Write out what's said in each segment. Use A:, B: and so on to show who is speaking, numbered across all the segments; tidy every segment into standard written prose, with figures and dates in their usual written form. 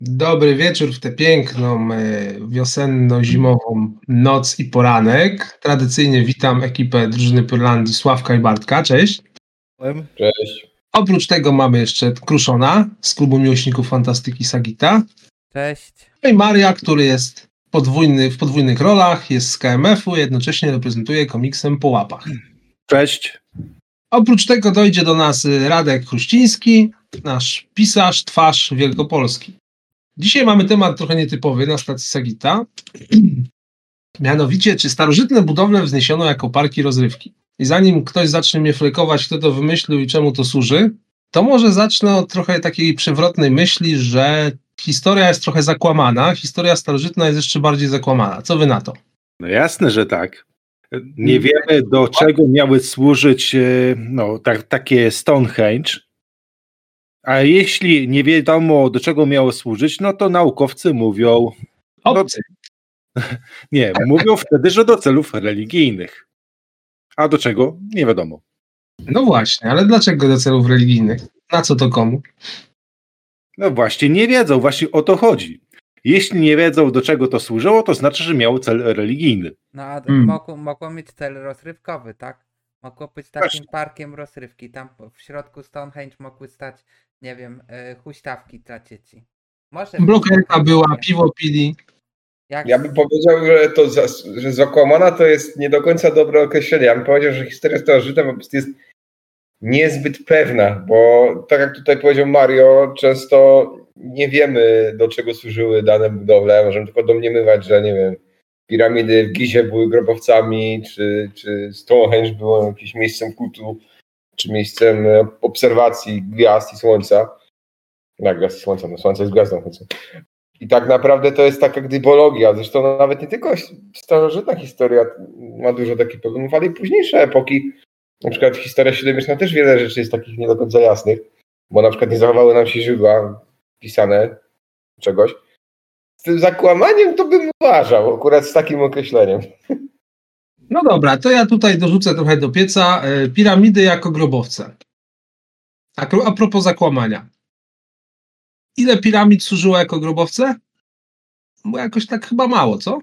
A: Dobry wieczór w tę piękną, wiosenno-zimową noc i poranek. Tradycyjnie witam ekipę drużyny Pyrlandii Sławka i Bartka. Cześć.
B: Cześć.
A: Oprócz tego mamy jeszcze Kruszona z klubu miłośników fantastyki Sagita.
C: Cześć.
A: No i Maria, który jest w podwójnych rolach, jest z KMF-u, jednocześnie reprezentuje komiksem Po łapach.
B: Cześć.
A: Oprócz tego dojdzie do nas Radek Chruściński, nasz pisarz, twarz Wielkopolski. Dzisiaj mamy temat trochę nietypowy na stacji Sagita. Mianowicie, czy starożytne budowle wzniesiono jako parki rozrywki. I zanim ktoś zacznie mnie flekować, kto to wymyślił i czemu to służy, to może zacznę od trochę takiej przewrotnej myśli, że historia jest trochę zakłamana, historia starożytna jest jeszcze bardziej zakłamana. Co wy na to?
B: No jasne, że tak. Nie wiemy, do czego miały służyć takie Stonehenge. A jeśli nie wiadomo, do czego miało służyć, no to naukowcy mówią...
A: Obcy.
B: Mówią wtedy, że do celów religijnych. A do czego? Nie wiadomo.
A: No właśnie, ale dlaczego do celów religijnych? Na co to komu?
B: No właśnie, nie wiedzą, właśnie o to chodzi. Jeśli nie wiedzą, do czego to służyło, to znaczy, że miało cel religijny.
C: No a mogło mieć cel rozrywkowy, tak? Mogło być takim parkiem rozrywki. Tam w środku Stonehenge mogły stać, nie wiem, huśtawki dla dzieci.
A: Blokerka była, piwo pili.
D: Ja bym powiedział, że zakłamana to jest nie do końca dobre określenie. Ja bym powiedział, że historia starożytna po prostu jest niezbyt pewna, bo tak jak tutaj powiedział Mario, często nie wiemy, do czego służyły dane budowle. Możemy tylko domniemywać, że nie wiem, piramidy w Gizie były grobowcami, czy Stonehenge było jakimś miejscem kultu, czy miejscem obserwacji gwiazd i słońca. Gwiazd i słońca, no słońce jest gwiazdą. I tak naprawdę to jest taka gdybologia. Zresztą nawet nie tylko starożytna historia ma dużo takich problemów, ale i późniejsze epoki. Na przykład historia średniowieczna też wiele rzeczy jest takich nie do końca jasnych, bo na przykład nie zachowały nam się źródła pisane czegoś. Z tym zakłamaniem to bym uważał, akurat z takim określeniem.
A: No dobra, to ja tutaj dorzucę trochę do pieca. Piramidy jako grobowce. A propos zakłamania. Ile piramid służyło jako grobowce? Bo jakoś tak chyba mało, co?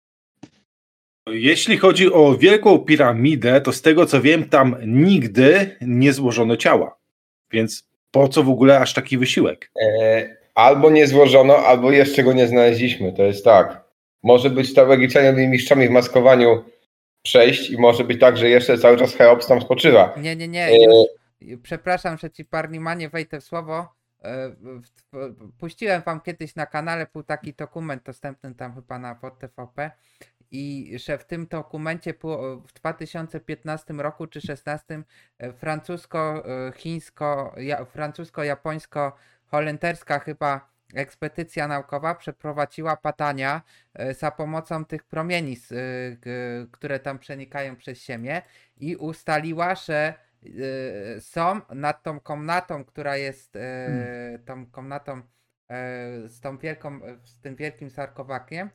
B: Jeśli chodzi o Wielką Piramidę, to z tego co wiem, tam nigdy nie złożono ciała. Więc po co w ogóle aż taki wysiłek?
D: Albo nie złożono, albo jeszcze go nie znaleźliśmy. To jest tak. Może być to Egipcjanie byli mistrzami w maskowaniu przejść i może być tak, że jeszcze cały czas Cheops tam spoczywa.
C: Nie. Przepraszam, że ci Parlimanie wejdę w słowo. Puściłem wam kiedyś na kanale, był taki dokument dostępny tam chyba na PodTVP i że w tym dokumencie w 2015 roku czy 2016 francusko-japońsko-holenderska chyba ekspedycja naukowa przeprowadziła badania za pomocą tych promieni, które tam przenikają przez Ziemię i ustaliła, że są nad tą komnatą, która jest tą komnatą z tym wielkim sarkofagiem,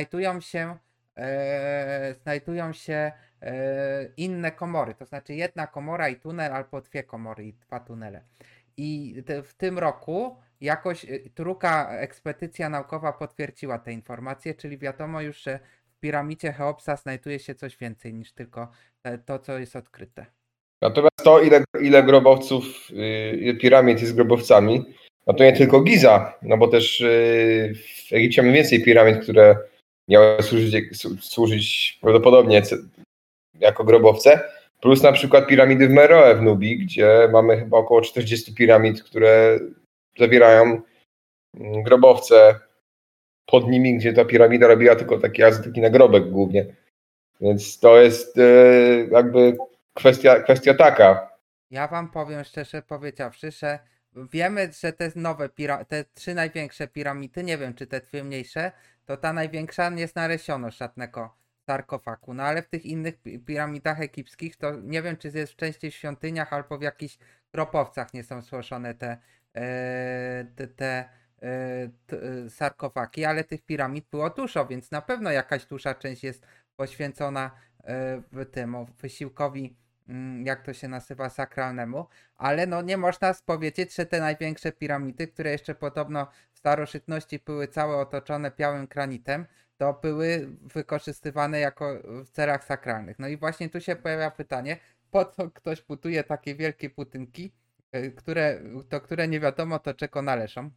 C: znajdują się inne komory, to znaczy jedna komora i tunel, albo dwie komory i dwa tunele. I w tym roku jakoś druga ekspedycja naukowa potwierdziła te informacje, czyli wiadomo już, że w piramidzie Cheopsa znajduje się coś więcej niż tylko to, co jest odkryte.
D: Natomiast to, ile grobowców, piramid jest grobowcami, no to nie tylko Giza, no bo też w Egipcie mamy więcej piramid, które miały służyć prawdopodobnie jako grobowce, plus na przykład piramidy w Meroe w Nubii, gdzie mamy chyba około 40 piramid, które zawierają grobowce pod nimi, gdzie ta piramida robiła tylko taki nagrobek głównie. Więc to jest jakby kwestia taka.
C: Ja wam powiem szczerze powiedziawszy, że wiemy, że te nowe te trzy największe piramidy, nie wiem czy te dwie mniejsze, to ta największa nie znaleziono żadnego sarkofagu, no ale w tych innych piramidach egipskich to nie wiem czy jest częściej w świątyniach albo w jakichś grobowcach nie są złożone te sarkofagi, ale tych piramid było dużo, więc na pewno jakaś duża część jest poświęcona temu wysiłkowi, jak to się nazywa, sakralnemu, ale no nie można powiedzieć, że te największe piramidy, które jeszcze podobno starożytności były całe otoczone białym granitem, to były wykorzystywane jako w celach sakralnych. No i właśnie tu się pojawia pytanie, po co ktoś buduje takie wielkie budynki, które nie wiadomo do czego należą.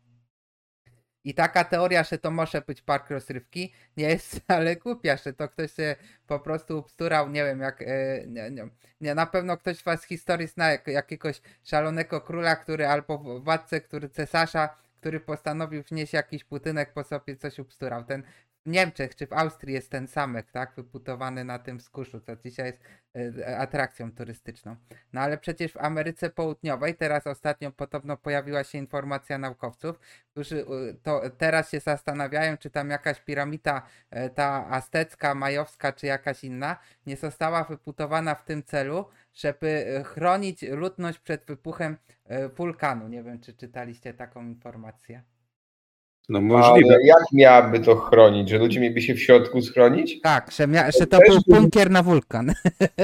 C: I taka teoria, że to może być park rozrywki, nie jest wcale głupia, że to ktoś się po prostu ubsturał, nie wiem, jak nie, na pewno ktoś z was z historii zna jakiegoś szalonego króla, albo władcę, cesarza, który postanowił wnieść jakiś budynek, po sobie coś ubsturał. Ten w Niemczech czy w Austrii jest ten zamek, tak, wyputowany na tym wzgórzu, co dzisiaj jest atrakcją turystyczną. No ale przecież w Ameryce Południowej teraz ostatnio podobno pojawiła się informacja naukowców, którzy teraz się zastanawiają, czy tam jakaś piramida, ta aztecka, majowska, czy jakaś inna, nie została wybudowana w tym celu, żeby chronić ludność przed wybuchem wulkanu. Nie wiem, czy czytaliście taką informację.
B: No możliwe.
D: Ale jak miałaby to chronić? Że ludzie mieliby się w środku schronić?
C: Tak, że to był bunkier na wulkan.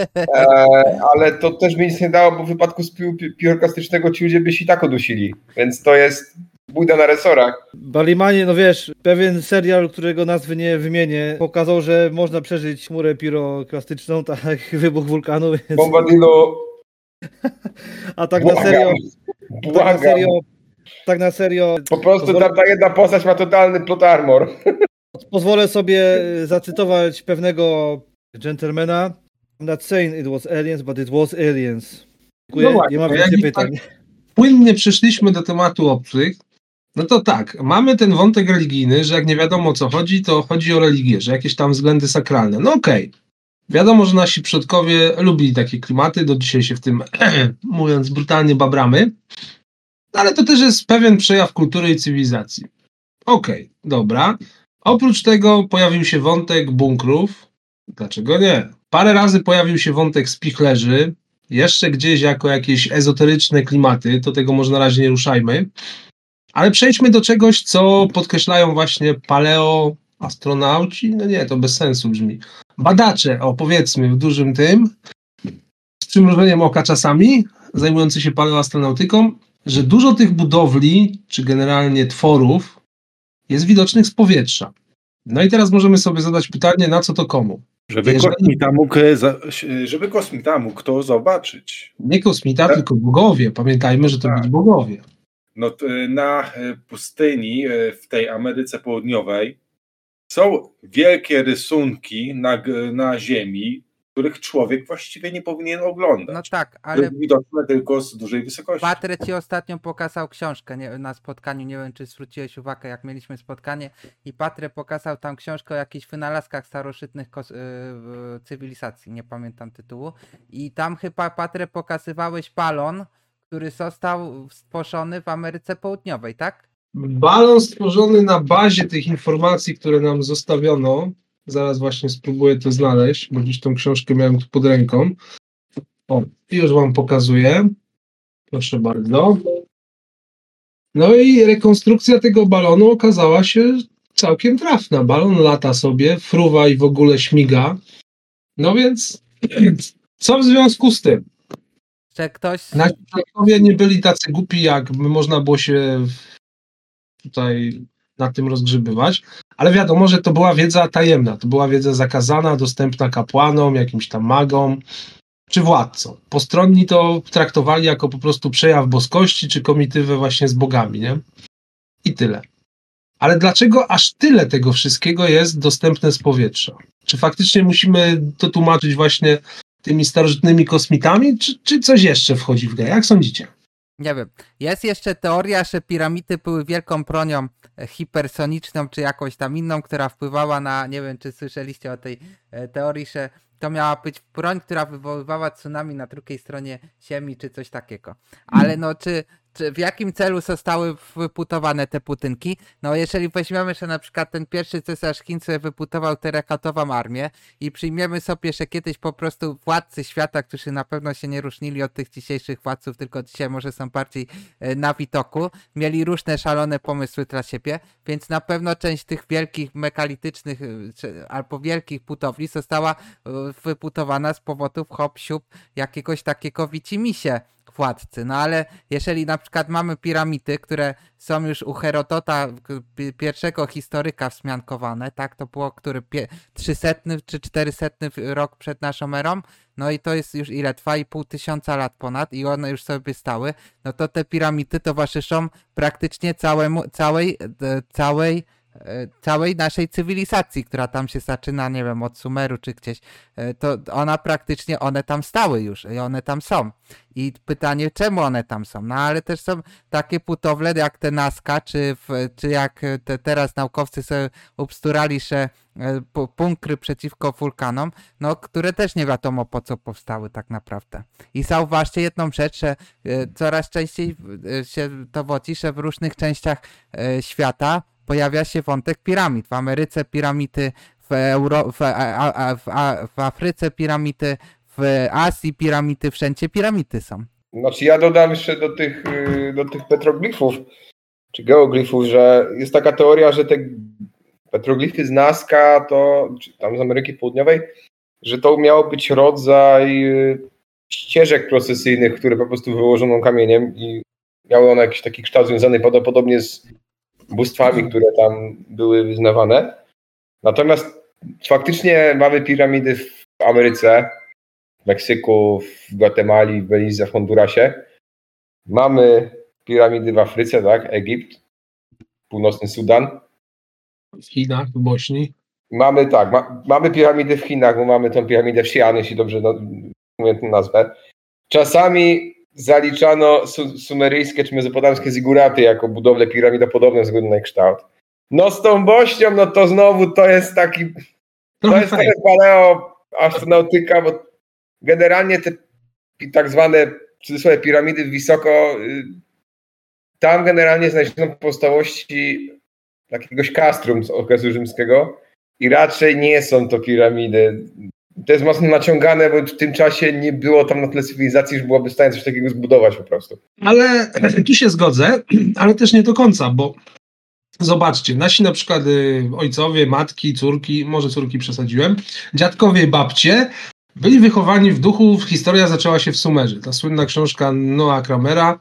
D: Ale to też by nic nie dało, bo w wypadku spiłu pirokastycznego ci ludzie by się i tak udusili. Więc to jest bójda na resorach.
E: Balimanie, no wiesz, pewien serial, którego nazwy nie wymienię, pokazał, że można przeżyć chmurę pirokastyczną, tak jak wybuch wulkanu. Więc...
D: Bombadillo.
E: A tak na serio...
D: Błagam.
E: Tak na serio...
D: Po prostu ta jedna postać ma totalny plot armor.
E: Pozwolę sobie zacytować pewnego gentlemana. I'm not saying it was aliens, but it was aliens. Dziękuję,
A: No właśnie,
E: nie mam więcej pytań.
A: Tak płynnie przeszliśmy do tematu obcych, no to tak, mamy ten wątek religijny, że jak nie wiadomo o co chodzi, to chodzi o religię, że jakieś tam względy sakralne. No okej. Wiadomo, że nasi przodkowie lubili takie klimaty, do dzisiaj się w tym, mówiąc brutalnie, babramy. Ale to też jest pewien przejaw kultury i cywilizacji. Okej, dobra. Oprócz tego pojawił się wątek bunkrów. Dlaczego nie? Parę razy pojawił się wątek spichlerzy. Jeszcze gdzieś jako jakieś ezoteryczne klimaty. To tego może na razie nie ruszajmy. Ale przejdźmy do czegoś, co podkreślają właśnie paleoastronauci. No nie, to bez sensu brzmi. Badacze, powiedzmy w dużym tym, z przymrużeniem oka czasami, zajmujący się paleoastronautyką, że dużo tych budowli, czy generalnie tworów, jest widocznych z powietrza. No i teraz możemy sobie zadać pytanie, na co to komu?
B: Żeby kosmita mógł to zobaczyć.
A: Nie kosmita, tylko bogowie. Pamiętajmy, że to byli bogowie.
B: No na pustyni w tej Ameryce Południowej są wielkie rysunki na ziemi, których człowiek właściwie nie powinien oglądać.
C: No tak, ale
B: widoczne tylko z dużej wysokości.
C: Patry ci ostatnio pokazał książkę na spotkaniu, nie wiem czy zwróciłeś uwagę, jak mieliśmy spotkanie i Patry pokazał tam książkę o jakichś wynalazkach starożytnych cywilizacji, nie pamiętam tytułu i tam chyba Patry pokazywałeś balon, który został stworzony w Ameryce Południowej, tak?
A: Balon stworzony na bazie tych informacji, które nam zostawiono. Zaraz właśnie spróbuję to znaleźć, bo gdzieś tą książkę miałem tu pod ręką. Już wam pokazuję. Proszę bardzo. No i rekonstrukcja tego balonu okazała się całkiem trafna. Balon lata sobie, fruwa i w ogóle śmiga. No więc co w związku z tym?
C: Że ktoś...
A: Nasi przodkowie nie byli tacy głupi, jak można było się tutaj nad tym rozgrzebywać, ale wiadomo, że to była wiedza tajemna, to była wiedza zakazana, dostępna kapłanom, jakimś tam magom, czy władcom. Postronni to traktowali jako po prostu przejaw boskości, czy komitywę właśnie z bogami, nie? I tyle. Ale dlaczego aż tyle tego wszystkiego jest dostępne z powietrza? Czy faktycznie musimy to tłumaczyć właśnie tymi starożytnymi kosmitami, czy coś jeszcze wchodzi w grę? Jak sądzicie?
C: Nie wiem. Jest jeszcze teoria, że piramidy były wielką bronią hipersoniczną, czy jakąś tam inną, która wpływała na, nie wiem, czy słyszeliście o tej teorii, że to miała być broń, która wywoływała tsunami na drugiej stronie Ziemi, czy coś takiego. Ale no, czy w jakim celu zostały wyputowane te budynki? No jeżeli weźmiemy, że na przykład ten pierwszy cesarz Chin sobie wyputował terakatową armię i przyjmiemy sobie, że kiedyś po prostu władcy świata, którzy na pewno się nie różnili od tych dzisiejszych władców, tylko dzisiaj może są bardziej na widoku, mieli różne szalone pomysły dla siebie, więc na pewno część tych wielkich megalitycznych albo wielkich budowli została wyputowana z powodów hop siup jakiegoś takiego wicimisie władcy. No ale jeżeli na przykład mamy piramidy, które są już u Herodota, pierwszego historyka wzmiankowane, tak, to było 300 czy 400 rok przed naszą erą, no i to jest już ile? 2,5 tysiąca lat ponad i one już sobie stały, no to te piramidy towarzyszą praktycznie całej naszej cywilizacji, która tam się zaczyna, nie wiem, od Sumeru czy gdzieś, to one tam stały już i one tam są. I pytanie, czemu one tam są? No ale też są takie budowle jak te Nazca, czy jak teraz naukowcy sobie ubsturali, że bunkry przeciwko wulkanom, no które też nie wiadomo po co powstały tak naprawdę. I zauważcie jedną rzecz, że coraz częściej się dowodzi, że w różnych częściach świata pojawia się wątek piramid. W Ameryce piramidy, w Afryce piramidy, w Azji piramidy, wszędzie piramidy są.
D: Znaczy ja dodam jeszcze do tych petroglifów, czy geoglifów, że jest taka teoria, że te petroglify z Nazca, czy tam z Ameryki Południowej, że to miało być rodzaj ścieżek procesyjnych, które po prostu wyłożono kamieniem i miały one jakiś taki kształt związany prawdopodobnie z bóstwami, które tam były wyznawane. Natomiast faktycznie mamy piramidy w Ameryce, w Meksyku, w Gwatemali, w Belize, w Hondurasie. Mamy piramidy w Afryce, tak? Egipt, Północny Sudan.
A: W Chinach, w Bośni.
D: Mamy piramidy w Chinach, bo mamy tą piramidę w Xi'an, jeśli dobrze mówię tę nazwę. Czasami zaliczano sumeryjskie czy mezopotamskie ziguraty jako budowle piramidopodobne ze względu na ich kształt. No z tą Bośnią, no to znowu to jest taki... To jest trochę paleoastronautyka, bo generalnie te tak zwane w cudzysłowie piramidy wysoko, tam generalnie znajdziemy pozostałości jakiegoś kastrum z okresu rzymskiego i raczej nie są to piramidy. To jest mocno naciągane, bo w tym czasie nie było tam na tyle cywilizacji, że byłaby w stanie coś takiego zbudować po prostu.
A: Ale tu się zgodzę, ale też nie do końca, bo zobaczcie, nasi na przykład ojcowie, matki, córki, może córki przesadziłem, dziadkowie, babcie byli wychowani w duchu, historia zaczęła się w Sumerze. Ta słynna książka Noah Kramera,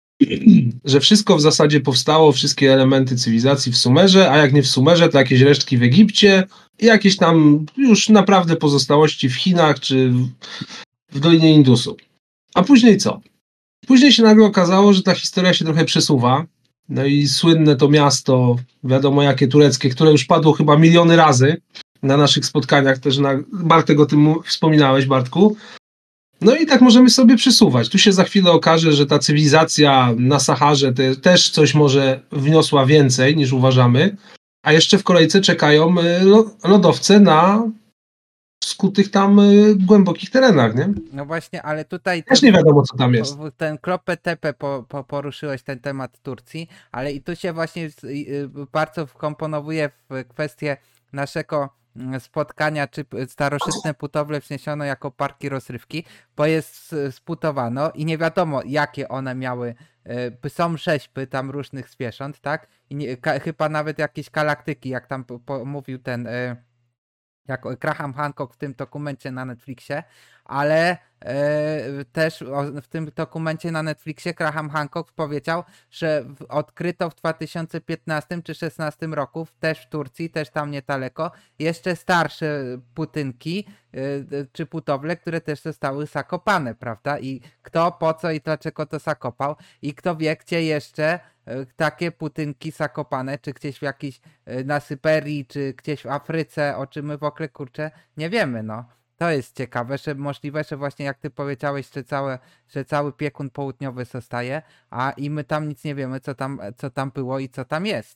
A: że wszystko w zasadzie powstało, wszystkie elementy cywilizacji w Sumerze, a jak nie w Sumerze, to jakieś resztki w Egipcie i jakieś tam już naprawdę pozostałości w Chinach czy w Dolinie Indusu. A później co? Później się nagle okazało, że ta historia się trochę przesuwa. No i słynne to miasto, wiadomo jakie tureckie, które już padło chyba miliony razy na naszych spotkaniach, też Bartek o tym wspominałeś, Bartku. No i tak możemy sobie przesuwać. Tu się za chwilę okaże, że ta cywilizacja na Saharze też coś może wniosła więcej niż uważamy, a jeszcze w kolejce czekają lodowce na skutych tam głębokich terenach, nie?
C: No właśnie, ale tutaj...
A: Też nie wiadomo, co tam jest.
C: Ten Klopę Tepe poruszyłeś ten temat Turcji, ale i tu się właśnie bardzo wkomponowuje w kwestię naszego spotkania, czy starożytne budowle wniesiono jako parki rozrywki, bo jest sputowano i nie wiadomo, jakie one miały, są rzeźby tam różnych zwierząt, tak? I chyba nawet jakieś galaktyki, jak tam mówił ten jak Graham Hancock w tym dokumencie na Netflixie, ale też w tym dokumencie na Netflixie Graham Hancock powiedział, że odkryto w 2015 czy 2016 roku, też w Turcji, też tam niedaleko, jeszcze starsze budynki czy budowle, które też zostały zakopane, prawda? I kto, po co i dlaczego to zakopał i kto wie, gdzie jeszcze takie budynki zakopane, czy gdzieś w jakiejś na Syberii, czy gdzieś w Afryce, o czym my w ogóle, kurczę, nie wiemy, no. To jest ciekawe, że możliwe, że właśnie jak ty powiedziałeś, że cały piekun południowy zostaje, i my tam nic nie wiemy, co tam było i co tam jest.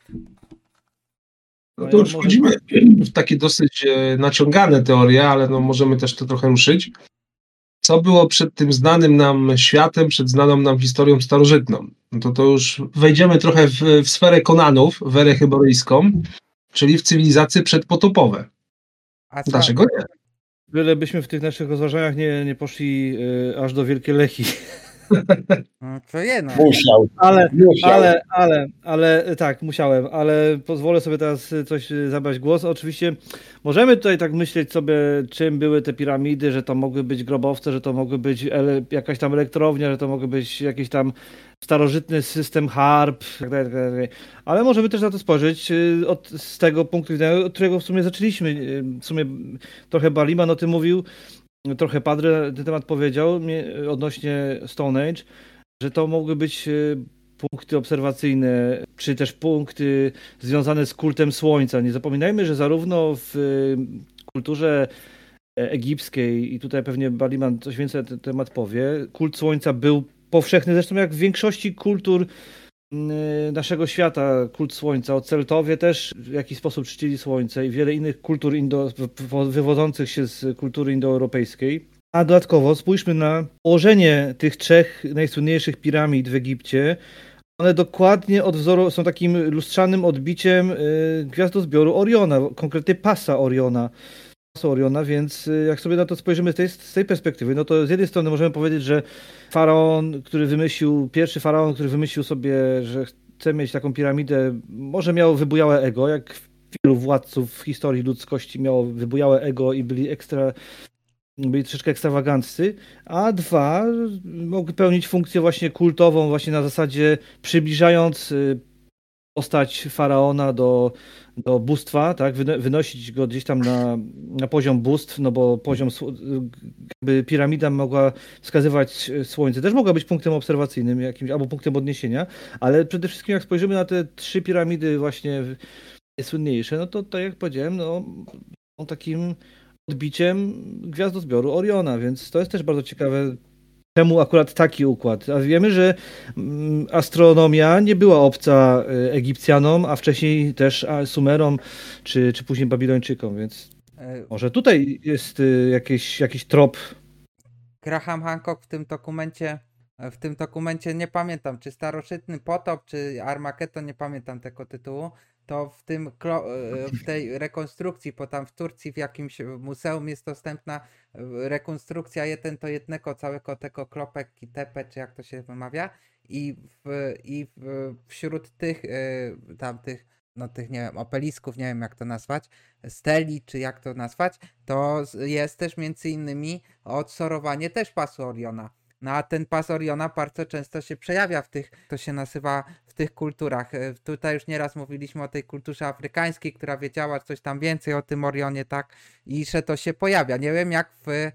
A: No to już wchodzimy w takie dosyć naciągane teorie, ale no możemy też to trochę ruszyć. Co było przed tym znanym nam światem, przed znaną nam historią starożytną? No to już wejdziemy trochę w sferę Konanów, w erę chyboryjską, czyli w cywilizacje przedpotopowe. Dlaczego nie?
E: Byle byśmy w tych naszych rozważaniach nie poszli aż do Wielkiej Lechii.
C: Co jedno.
D: Musiał.
E: Ale tak, musiałem, ale pozwolę sobie teraz coś zabrać głos. Oczywiście możemy tutaj tak myśleć sobie, czym były te piramidy, że to mogły być grobowce, że to mogły być jakaś tam elektrownia, że to mogły być jakiś tam starożytny system harp, tak dalej. Ale możemy też na to spojrzeć z tego punktu widzenia, od którego w sumie zaczęliśmy. W sumie trochę Baliman o tym mówił, trochę Padre na ten temat powiedział odnośnie Stone Age, że to mogły być punkty obserwacyjne, czy też punkty związane z kultem słońca. Nie zapominajmy, że zarówno w kulturze egipskiej, i tutaj pewnie Baliman coś więcej na ten temat powie, kult słońca był powszechny, zresztą jak w większości kultur naszego świata, kult słońca. Celtowie też w jakiś sposób czcili słońce i wiele innych kultur wywodzących się z kultury indoeuropejskiej. A dodatkowo spójrzmy na położenie tych 3 najsłynniejszych piramid w Egipcie. One dokładnie od wzoru są takim lustrzanym odbiciem gwiazdozbioru Oriona, konkretnie pasa Oriona. Więc jak sobie na to spojrzymy z tej perspektywy, no to z jednej strony możemy powiedzieć, że pierwszy faraon, który wymyślił sobie, że chce mieć taką piramidę, może miał wybujałe ego, jak wielu władców w historii ludzkości miało wybujałe ego i byli troszeczkę ekstrawaganccy, a 2 mogły pełnić funkcję właśnie kultową, właśnie na zasadzie przybliżając postać faraona do bóstwa, tak, wynosić go gdzieś tam na poziom bóstw, no bo jakby piramida mogła wskazywać słońce, też mogła być punktem obserwacyjnym jakimś, albo punktem odniesienia, ale przede wszystkim jak spojrzymy na te 3 piramidy właśnie najsłynniejsze, no to tak jak powiedziałem, no są takim odbiciem gwiazdozbioru Oriona, więc to jest też bardzo ciekawe, czemu akurat taki układ. A wiemy, że astronomia nie była obca Egipcjanom, a wcześniej też Sumerom, czy później Babilończykom, więc może tutaj jest jakiś trop.
C: Graham Hancock w tym dokumencie nie pamiętam, czy Starożytny Potop, czy Armageddon, nie pamiętam tego tytułu, to w tej rekonstrukcji, bo tam w Turcji w jakimś muzeum jest dostępna rekonstrukcja jednego całego tego Klopek i Tepe, czy jak to się wymawia, wśród tych tamtych, no tych nie wiem, obelisków, nie wiem jak to nazwać, steli, czy jak to nazwać, to jest też między innymi odsorowanie też pasu Oriona. No a ten pas Oriona bardzo często się przejawia w tych kulturach. Tutaj już nieraz mówiliśmy o tej kulturze afrykańskiej, która wiedziała coś tam więcej o tym Orionie, tak? I że to się pojawia. Nie wiem jak w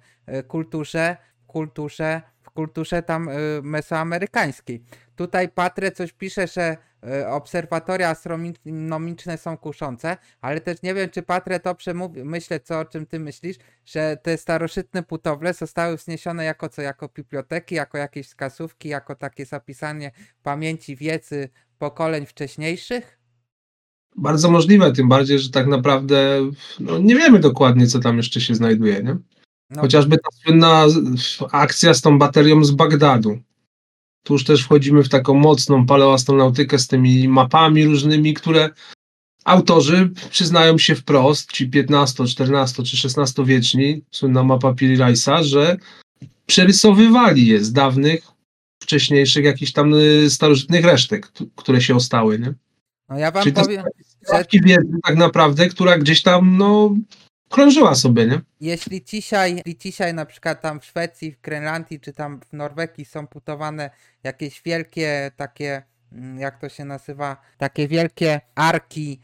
C: kulturze tam mesoamerykańskiej. Tutaj Patre coś pisze, że obserwatoria astronomiczne są kuszące, ale też nie wiem, czy Patre dobrze mówi, myślę, o czym ty myślisz, że te starożytne budowle zostały wzniesione jako biblioteki, jako jakieś wskazówki, jako takie zapisanie pamięci wiedzy pokoleń wcześniejszych?
A: Bardzo możliwe, tym bardziej, że tak naprawdę nie wiemy dokładnie, co tam jeszcze się znajduje, nie?
C: No.
A: Chociażby ta słynna akcja z tą baterią z Bagdadu. Tu już też wchodzimy w taką mocną paleoastronautykę z tymi mapami różnymi, które autorzy przyznają się wprost, ci 15, 14 czy 16 wieczni, słynna mapa Piri Reisa, że przerysowywali je z dawnych, wcześniejszych jakichś tam starożytnych resztek, które się ostały, nie?
C: No ja wam
A: czyli
C: powiem,
A: że wiedzy tak naprawdę, która gdzieś tam krążyła sobie, nie?
C: Jeśli dzisiaj na przykład tam w Szwecji, w Grenlandii czy tam w Norwegii są putowane jakieś wielkie takie, jak to się nazywa, takie wielkie arki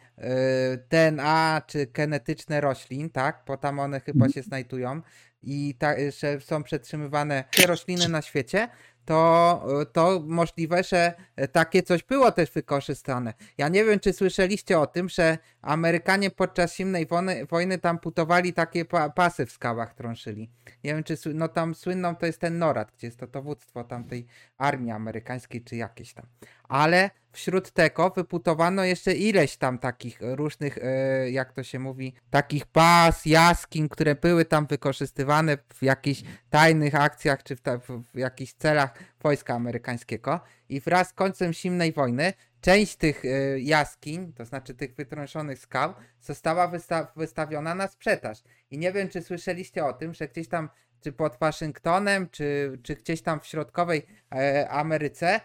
C: DNA czy genetyczne roślin, tak? Bo tam one chyba się znajdują i że są przetrzymywane te rośliny na świecie, to możliwe, że takie coś było też wykorzystane. Ja nie wiem, czy słyszeliście o tym, że Amerykanie podczas zimnej wojny tam putowali takie pasy w skałach trąszyli. Nie wiem, czy tam słynną to jest ten NORAD, gdzie jest to dowództwo tamtej armii amerykańskiej, czy jakieś tam. Ale wśród tego wyputowano jeszcze ileś tam takich różnych, jak to się mówi, takich baz, jaskiń, które były tam wykorzystywane w jakichś tajnych akcjach, czy w jakichś celach wojska amerykańskiego. I wraz z końcem zimnej wojny część tych jaskiń, to znaczy tych wytrąszonych skał, została wystawiona na sprzedaż. I nie wiem, czy słyszeliście o tym, że gdzieś tam czy pod Waszyngtonem, czy gdzieś tam w środkowej Ameryce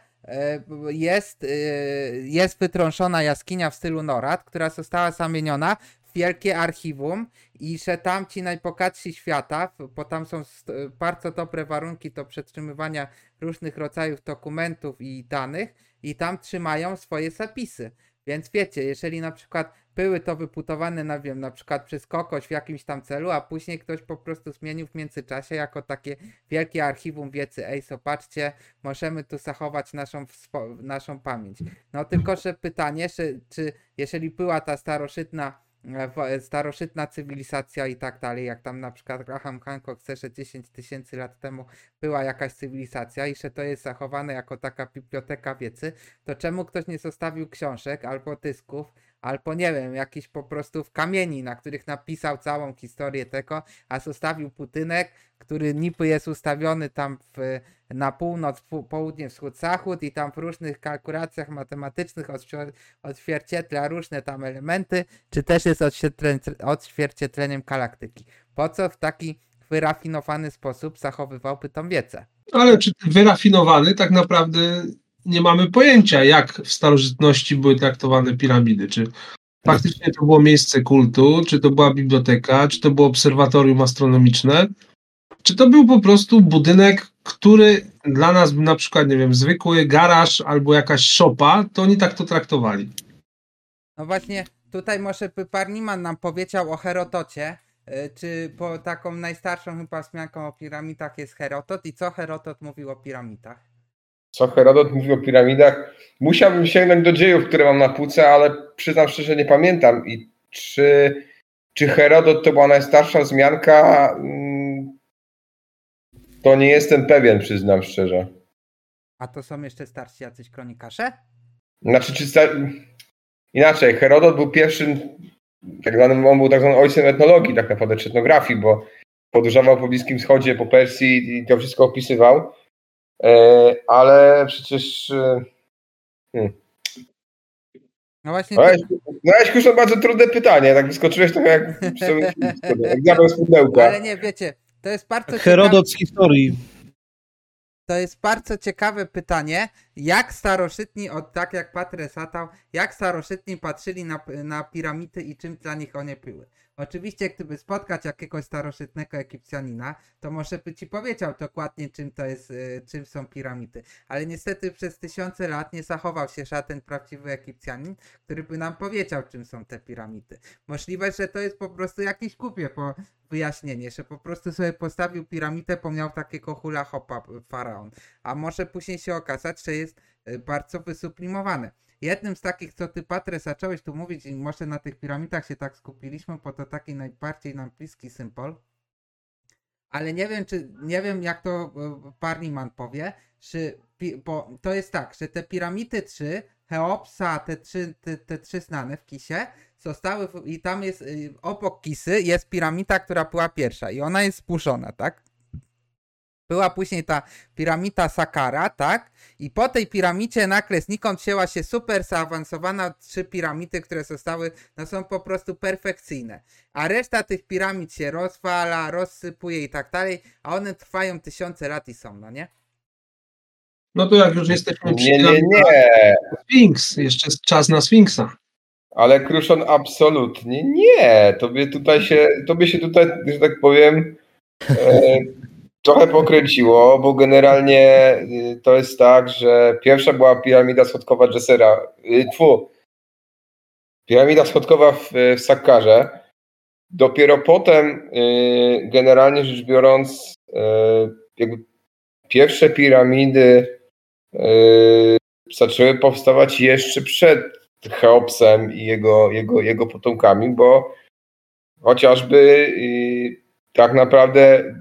C: jest wytrąszona jaskinia w stylu NORAD, która została zamieniona w wielkie archiwum i że tam ci najbogatsi świata, bo tam są bardzo dobre warunki do przetrzymywania różnych rodzajów dokumentów i danych i tam trzymają swoje zapisy. Więc wiecie, jeżeli na przykład były to wyputowane, na przykład przez kogoś w jakimś tam celu, a później ktoś po prostu zmienił w międzyczasie jako takie wielkie archiwum wiedzy, zobaczcie, możemy tu zachować naszą pamięć. No tylko, że pytanie, czy jeżeli była ta starożytna cywilizacja i tak dalej, jak tam na przykład Graham Hancock chce, że 10 000 lat temu była jakaś cywilizacja i że to jest zachowane jako taka biblioteka wiedzy, to czemu ktoś nie zostawił książek albo dysków, albo nie wiem, jakiś po prostu w kamieni, na których napisał całą historię tego, a zostawił budynek, który niby jest ustawiony tam na północ, południe, wschód, zachód i tam w różnych kalkulacjach matematycznych odzwierciedla różne tam elementy, czy też jest odzwierciedleniem galaktyki. Po co w taki wyrafinowany sposób zachowywałby tą wiedzę?
A: Ale czy wyrafinowany, tak naprawdę nie mamy pojęcia, jak w starożytności były traktowane piramidy. Czy faktycznie to było miejsce kultu, czy to była biblioteka, czy to było obserwatorium astronomiczne, czy to był po prostu budynek, który dla nas był na przykład, nie wiem, zwykły garaż albo jakaś szopa, to oni tak to traktowali.
C: No właśnie, tutaj może by Parniman nam powiedział o Herodocie, czy po taką najstarszą chyba wzmianką o piramidach jest Herodot i co Herodot mówił o piramidach?
D: Co Herodot mówił o piramidach? Musiałbym sięgnąć do dziejów, które mam na półce, ale przyznam szczerze, nie pamiętam. I czy Herodot to była najstarsza wzmianka? To nie jestem pewien, przyznam szczerze.
C: A to są jeszcze starsi jacyś kronikarze?
D: Znaczy, inaczej, Herodot był pierwszym, on był tak zwanym ojcem etnologii, tak naprawdę, czy etnografii, bo podróżował po Bliskim Wschodzie, po Persji i to wszystko opisywał. Ale przecież...
C: No właśnie.
D: To bardzo trudne pytanie, tak wyskoczyłeś trochę jak diabeł z pudełka.
C: Ale nie, wiecie, to jest bardzo
E: Herodot z historii.
C: To jest bardzo ciekawe pytanie, jak starożytni, tak jak Patres satał, jak starożytni patrzyli na piramidy i czym dla nich one były. Oczywiście, gdyby spotkać jakiegoś starożytnego Egipcjanina, to może by ci powiedział dokładnie, czym to jest, czym są piramidy. Ale niestety przez tysiące lat nie zachował się żaden prawdziwy Egipcjanin, który by nam powiedział, czym są te piramidy. Możliwe, że to jest po prostu jakieś głupie wyjaśnienie, że po prostu sobie postawił piramidę, bo miał takiego hula hopa faraon. A może później się okazać, że jest bardzo wysublimowane. Jednym z takich, co ty, Patres, zacząłeś tu mówić i może na tych piramidach się tak skupiliśmy, bo to taki najbardziej nam bliski symbol. Ale nie wiem jak to Parniman powie, bo to jest tak, że te piramidy 3, Cheopsa, te trzy znane w Kisie, zostały i tam jest, obok Kisy jest piramida, która była pierwsza i ona jest zburzona, tak? Była później ta piramida Saqqara, tak? I po tej piramidzie nagle znikąd wzięła się super zaawansowana 3 piramidy, które zostały, no są po prostu perfekcyjne. A reszta tych piramid się rozwala, rozsypuje i tak dalej, a one trwają tysiące lat i są, no nie?
A: No to jak już jesteśmy przy
D: Nie.
A: Sfinks, jeszcze jest czas na Sfinksa.
D: Ale Kruszon, absolutnie nie. Tobie się tutaj, że tak powiem, trochę pokręciło, bo generalnie to jest tak, że pierwsza była piramida schodkowa Dżesera. Piramida schodkowa w Sakkarze. Dopiero potem, generalnie rzecz biorąc, jakby pierwsze piramidy zaczęły powstawać jeszcze przed Cheopsem i jego potomkami, bo chociażby tak naprawdę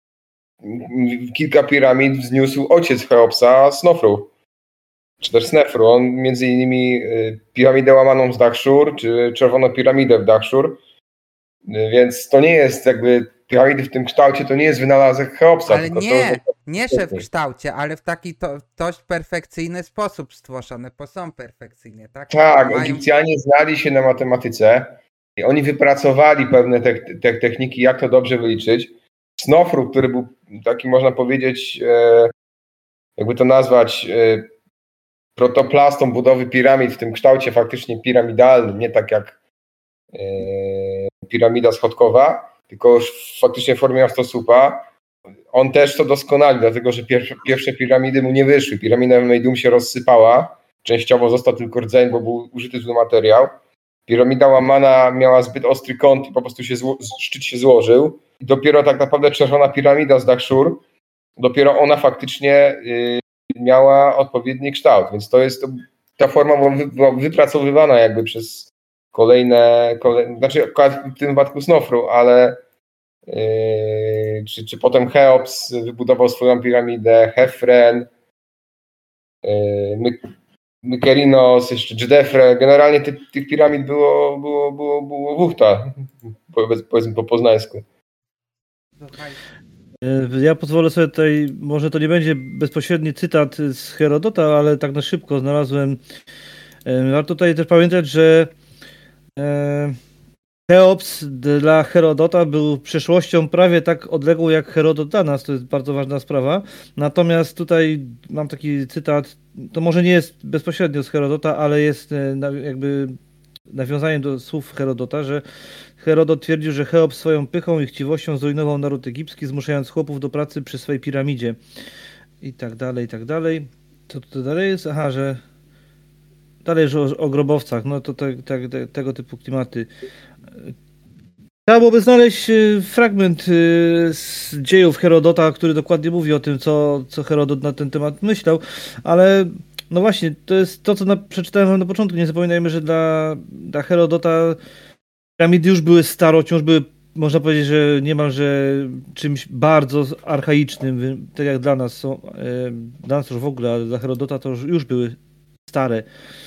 D: kilka piramid wzniósł ojciec Cheopsa, Snofru, czy też Snefru. On między innymi piramidę łamaną z Dahshur, czy czerwoną piramidę w Dahshur, więc to nie jest jakby piramidy w tym kształcie, to nie jest wynalazek Cheopsa.
C: Ale nie że w kształcie, ale w taki dość perfekcyjny sposób stworzone, bo są perfekcyjnie, tak?
D: Tak, Egipcjanie znali się na matematyce i oni wypracowali pewne techniki, jak to dobrze wyliczyć. Snofru, który był taki, można powiedzieć, jakby to nazwać, protoplastą budowy piramid w tym kształcie faktycznie piramidalnym, nie tak jak piramida schodkowa, tylko już faktycznie w formie miastosłupa. On też to doskonalił, dlatego że pierwsze piramidy mu nie wyszły. Piramida Meidum się rozsypała, częściowo został tylko rdzeń, bo był użyty zły materiał. Piramida łamana miała zbyt ostry kąt i po prostu szczyt się złożył. I dopiero tak naprawdę czerwona piramida z Dahshur, dopiero ona faktycznie miała odpowiedni kształt, więc ta forma była wypracowywana jakby przez kolejne znaczy w tym wypadku Snofru, ale czy potem Cheops wybudował swoją piramidę, Hefren, Mykerinos, jeszcze Dżdefre. Generalnie tych piramid było wuchta, powiedzmy po poznańsku.
E: Ja pozwolę sobie tutaj, może to nie będzie bezpośredni cytat z Herodota, ale tak na szybko znalazłem. Warto tutaj też pamiętać, że Cheops dla Herodota był przeszłością prawie tak odległą jak Herodot dla nas, to jest bardzo ważna sprawa. Natomiast tutaj mam taki cytat, to może nie jest bezpośrednio z Herodota, ale jest jakby nawiązaniem do słów Herodota, że Herodot twierdził, że Cheops swoją pychą i chciwością zrujnował naród egipski, zmuszając chłopów do pracy przy swej piramidzie. I tak dalej, i tak dalej. Co to dalej jest? Aha, że dalej, że o grobowcach, no to tego typu klimaty. Trzeba byłoby znaleźć fragment z dziejów Herodota, który dokładnie mówi o tym, co Herodot na ten temat myślał, ale no właśnie, to jest to, co przeczytałem na początku. Nie zapominajmy, że dla Herodota piramidy już były starocią, już były, można powiedzieć, że niemalże czymś bardzo archaicznym, tak jak dla nas są, dla nas już w ogóle, ale dla Herodota to już były stare.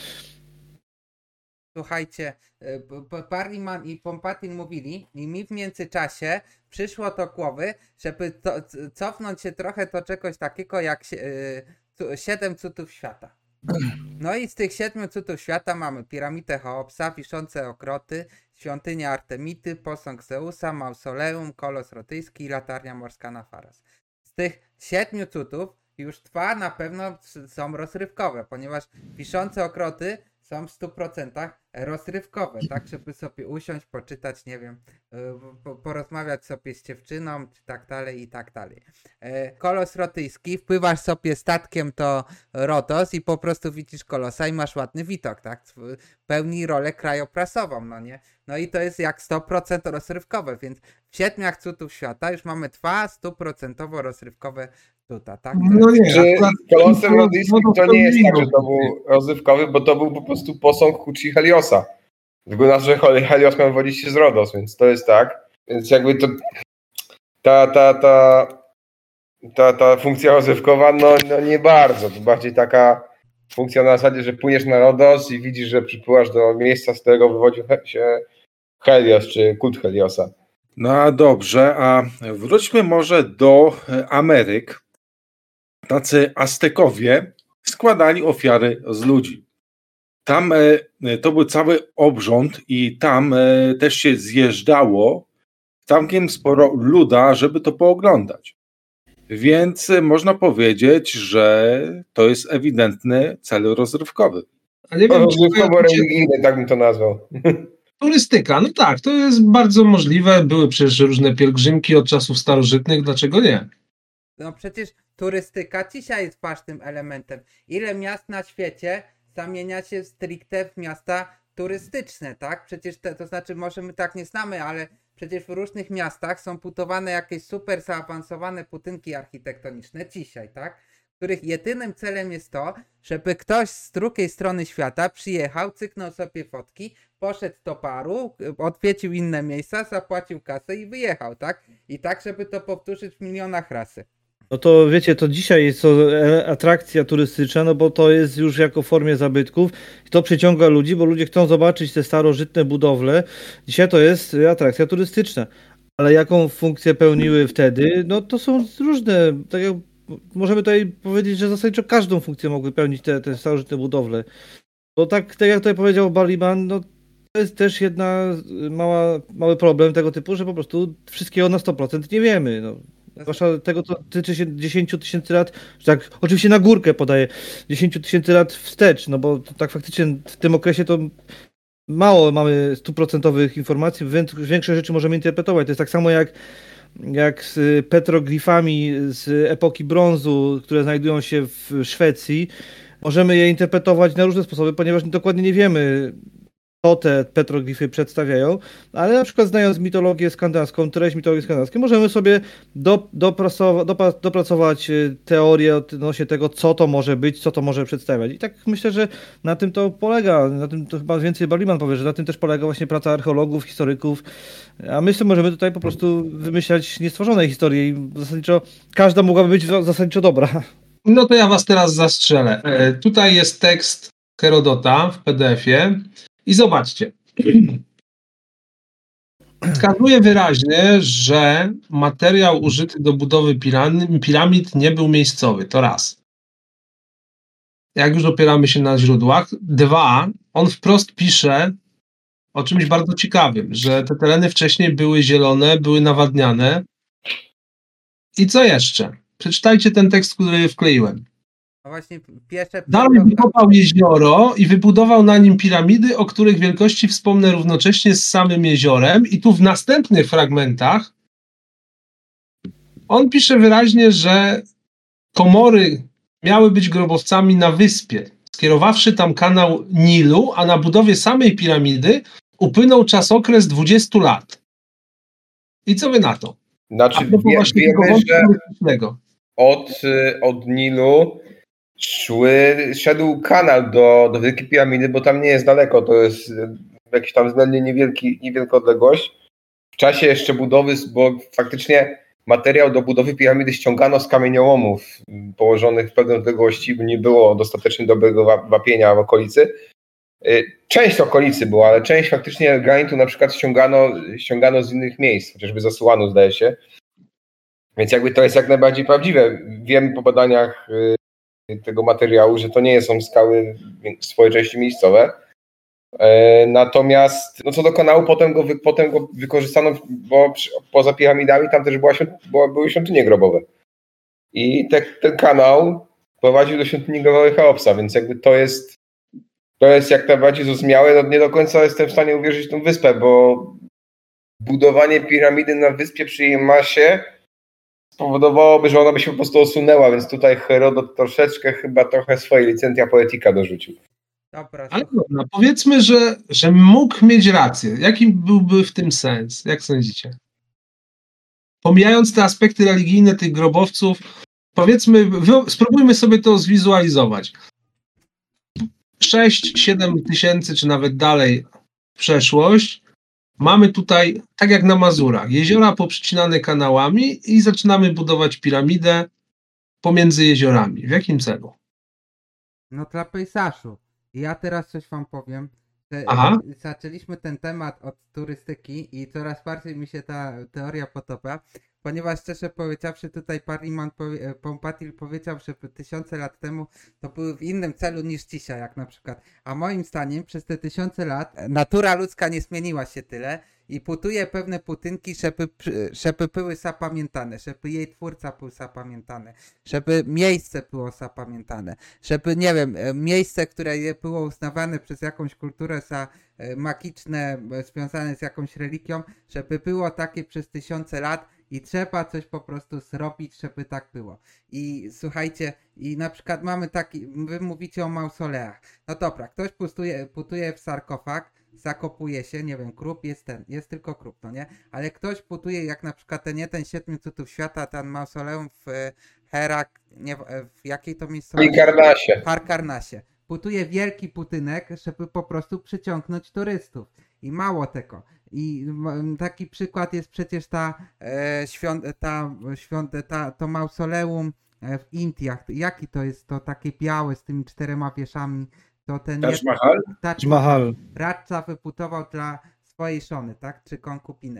C: Słuchajcie, Parliman i Pompatin mówili i mi w międzyczasie przyszło do głowy, żeby cofnąć się trochę do czegoś takiego jak 7 cudów świata. No i z tych 7 cudów świata mamy piramidę Cheopsa, wiszące okroty, świątynię Artemidy, posąg Zeusa, mausoleum, kolos rotyjski i latarnia morska na Faros. Z tych 7 cudów już 2 na pewno są rozrywkowe, ponieważ wiszące okroty są w 100% rozrywkowe, tak, żeby sobie usiąść, poczytać, nie wiem, porozmawiać sobie z dziewczyną, czy tak dalej i tak dalej. Kolos rotyjski, wpływasz sobie statkiem do Rodos i po prostu widzisz kolosa i masz ładny widok, tak, pełni rolę krajoprazową, no nie? No i to jest jak 100% rozrywkowe, więc w 7 cudów świata już mamy 2 100% rozrywkowe cuda, tak?
A: No nie,
D: Kolosem rodyjskim to nie jest tak, że to był rozrywkowy, bo to był po prostu posąg Hucci Heliosa. Tylko że Helios miał wodzić się z Rodos, więc to jest tak. Więc jakby to ta funkcja rozrywkowa, no nie bardzo. To bardziej taka funkcja na zasadzie, że płyniesz na Rodos i widzisz, że przypływasz do miejsca, z którego wywodził się Helios, czy kult Heliosa.
B: No a dobrze, a wróćmy może do Ameryk. Tacy Aztekowie składali ofiary z ludzi. Tam to był cały obrząd i tam też się zjeżdżało całkiem sporo luda, żeby to pooglądać. Więc można powiedzieć, że to jest ewidentny cel rozrywkowy.
A: A nie wiem,
D: rozrywkowo-religijny, tak bym to nazwał.
A: Turystyka, no tak, to jest bardzo możliwe. Były przecież różne pielgrzymki od czasów starożytnych, dlaczego nie?
C: No przecież turystyka dzisiaj jest ważnym elementem. Ile miast na świecie zamienia się stricte w miasta turystyczne, tak? Przecież to znaczy, może my tak nie znamy, ale przecież w różnych miastach są budowane jakieś super zaawansowane budynki architektoniczne dzisiaj, tak? Których jedynym celem jest to, żeby ktoś z drugiej strony świata przyjechał, cyknął sobie fotki, poszedł do baru, odwiedził inne miejsca, zapłacił kasę i wyjechał, tak? I tak, żeby to powtórzyć w milionach razy.
E: No to wiecie, to dzisiaj jest to atrakcja turystyczna, no bo to jest już jako w formie zabytków i to przyciąga ludzi, bo ludzie chcą zobaczyć te starożytne budowle. Dzisiaj to jest atrakcja turystyczna, ale jaką funkcję pełniły wtedy, no to są różne, tak jak możemy tutaj powiedzieć, że zasadniczo każdą funkcję mogły pełnić te starożytne budowle. Bo tak jak tutaj powiedział Baliban, no To jest też mały problem tego typu, że po prostu wszystkiego na 100% nie wiemy. No. Zwłaszcza tego, co tyczy się 10 000 lat, że tak oczywiście na górkę podaję, 10 000 lat wstecz, no bo tak faktycznie w tym okresie to mało mamy 100% informacji, większe rzeczy możemy interpretować. To jest tak samo jak z petroglifami z epoki brązu, które znajdują się w Szwecji. Możemy je interpretować na różne sposoby, ponieważ dokładnie nie wiemy, co te petroglify przedstawiają, ale na przykład znając mitologię skandynawską, treść mitologii skandynawskiej, możemy sobie dopracować teorię odnośnie tego, co to może być, co to może przedstawiać. I tak myślę, że na tym to polega, na tym to chyba więcej Barliman powie, że na tym też polega właśnie praca archeologów, historyków, a my sobie możemy tutaj po prostu wymyślać niestworzone historie i zasadniczo każda mogłaby być zasadniczo dobra.
A: No to ja was teraz zastrzelę. Tutaj jest tekst Herodota w PDF-ie i zobaczcie. Wskazuje wyraźnie, że materiał użyty do budowy piramid nie był miejscowy. To raz. Jak już opieramy się na źródłach. Dwa, on wprost pisze o czymś bardzo ciekawym, że te tereny wcześniej były zielone, były nawadniane. I co jeszcze? Przeczytajcie ten tekst, który wkleiłem.
C: No właśnie pierwsze...
A: Dalej wykopał jezioro i wybudował na nim piramidy, o których wielkości wspomnę równocześnie z samym jeziorem. I tu w następnych fragmentach on pisze wyraźnie, że komory miały być grobowcami na wyspie, skierowawszy tam kanał Nilu, a na budowie samej piramidy upłynął czasokres 20 lat. I co wy na to?
D: Znaczy wiemy, że od Nilu szedł kanał do Wielkiej Piramidy, bo tam nie jest daleko, to jest jakiś tam względnie niewielka odległość. W czasie jeszcze budowy, bo faktycznie materiał do budowy piramidy ściągano z kamieniołomów położonych w pewnej odległości, bo nie było dostatecznie dobrego wapienia w okolicy. Część okolicy była, ale część faktycznie granitu na przykład ściągano z innych miejsc, chociażby z Asuanu, zdaje się. Więc jakby to jest jak najbardziej prawdziwe. Wiem po badaniach tego materiału, że to nie są skały w swojej części miejscowe. Natomiast co do kanału, potem go wykorzystano, bo poza piramidami tam też były świątynie grobowe. I ten kanał prowadził do świątyni grobowej Cheopsa, więc jakby to jest jak najbardziej zrozumiałe. No nie do końca jestem w stanie uwierzyć w tą wyspę, bo budowanie piramidy na wyspie przy jej masie spowodowałoby, że ona by się po prostu osunęła, więc tutaj Herodot trochę swoje licentia poetyka dorzucił.
C: Dobra,
A: ale dobra, powiedzmy, że mógł mieć rację. Jaki byłby w tym sens? Jak sądzicie? Pomijając te aspekty religijne tych grobowców, powiedzmy, spróbujmy sobie to zwizualizować. 6-7 tysięcy, czy nawet dalej w przeszłość, mamy tutaj, tak jak na Mazurach, jeziora poprzecinane kanałami i zaczynamy budować piramidę pomiędzy jeziorami. W jakim celu?
C: No dla pejzażu. I ja teraz coś wam powiem. Zaczęliśmy ten temat od turystyki i coraz bardziej mi się ta teoria podoba, ponieważ szczerze powiedziawszy tutaj Pompatil powiedział, że 1000 lat temu to były w innym celu niż dzisiaj, jak na przykład. A moim zdaniem przez te 1000 lat natura ludzka nie zmieniła się tyle i putuje pewne putynki, żeby były zapamiętane, żeby jej twórca był zapamiętany, żeby miejsce było zapamiętane, żeby, nie wiem, miejsce, które było uznawane przez jakąś kulturę za magiczne, związane z jakąś religią, żeby było takie przez 1000 lat i trzeba coś po prostu zrobić, żeby tak było. I słuchajcie, i na przykład mamy taki, wy mówicie o mausoleach. No dobra, ktoś putuje w sarkofag, zakopuje się, nie wiem, krób jest tylko krób, no nie? Ale ktoś putuje, jak na przykład ten 7 cudów świata, ten mausoleum w w jakiej to miejscowości? Harkarnasie. Putuje wielki budynek, żeby po prostu przyciągnąć turystów. I mało tego. I taki przykład jest przecież to mausoleum w Indiach. Jaki to jest to takie białe z tymi 4 wieżami? To ten
D: Taj Mahal?
E: Taj Mahal.
C: Radca wybudował dla swojej żony, tak? Czy konkubiny.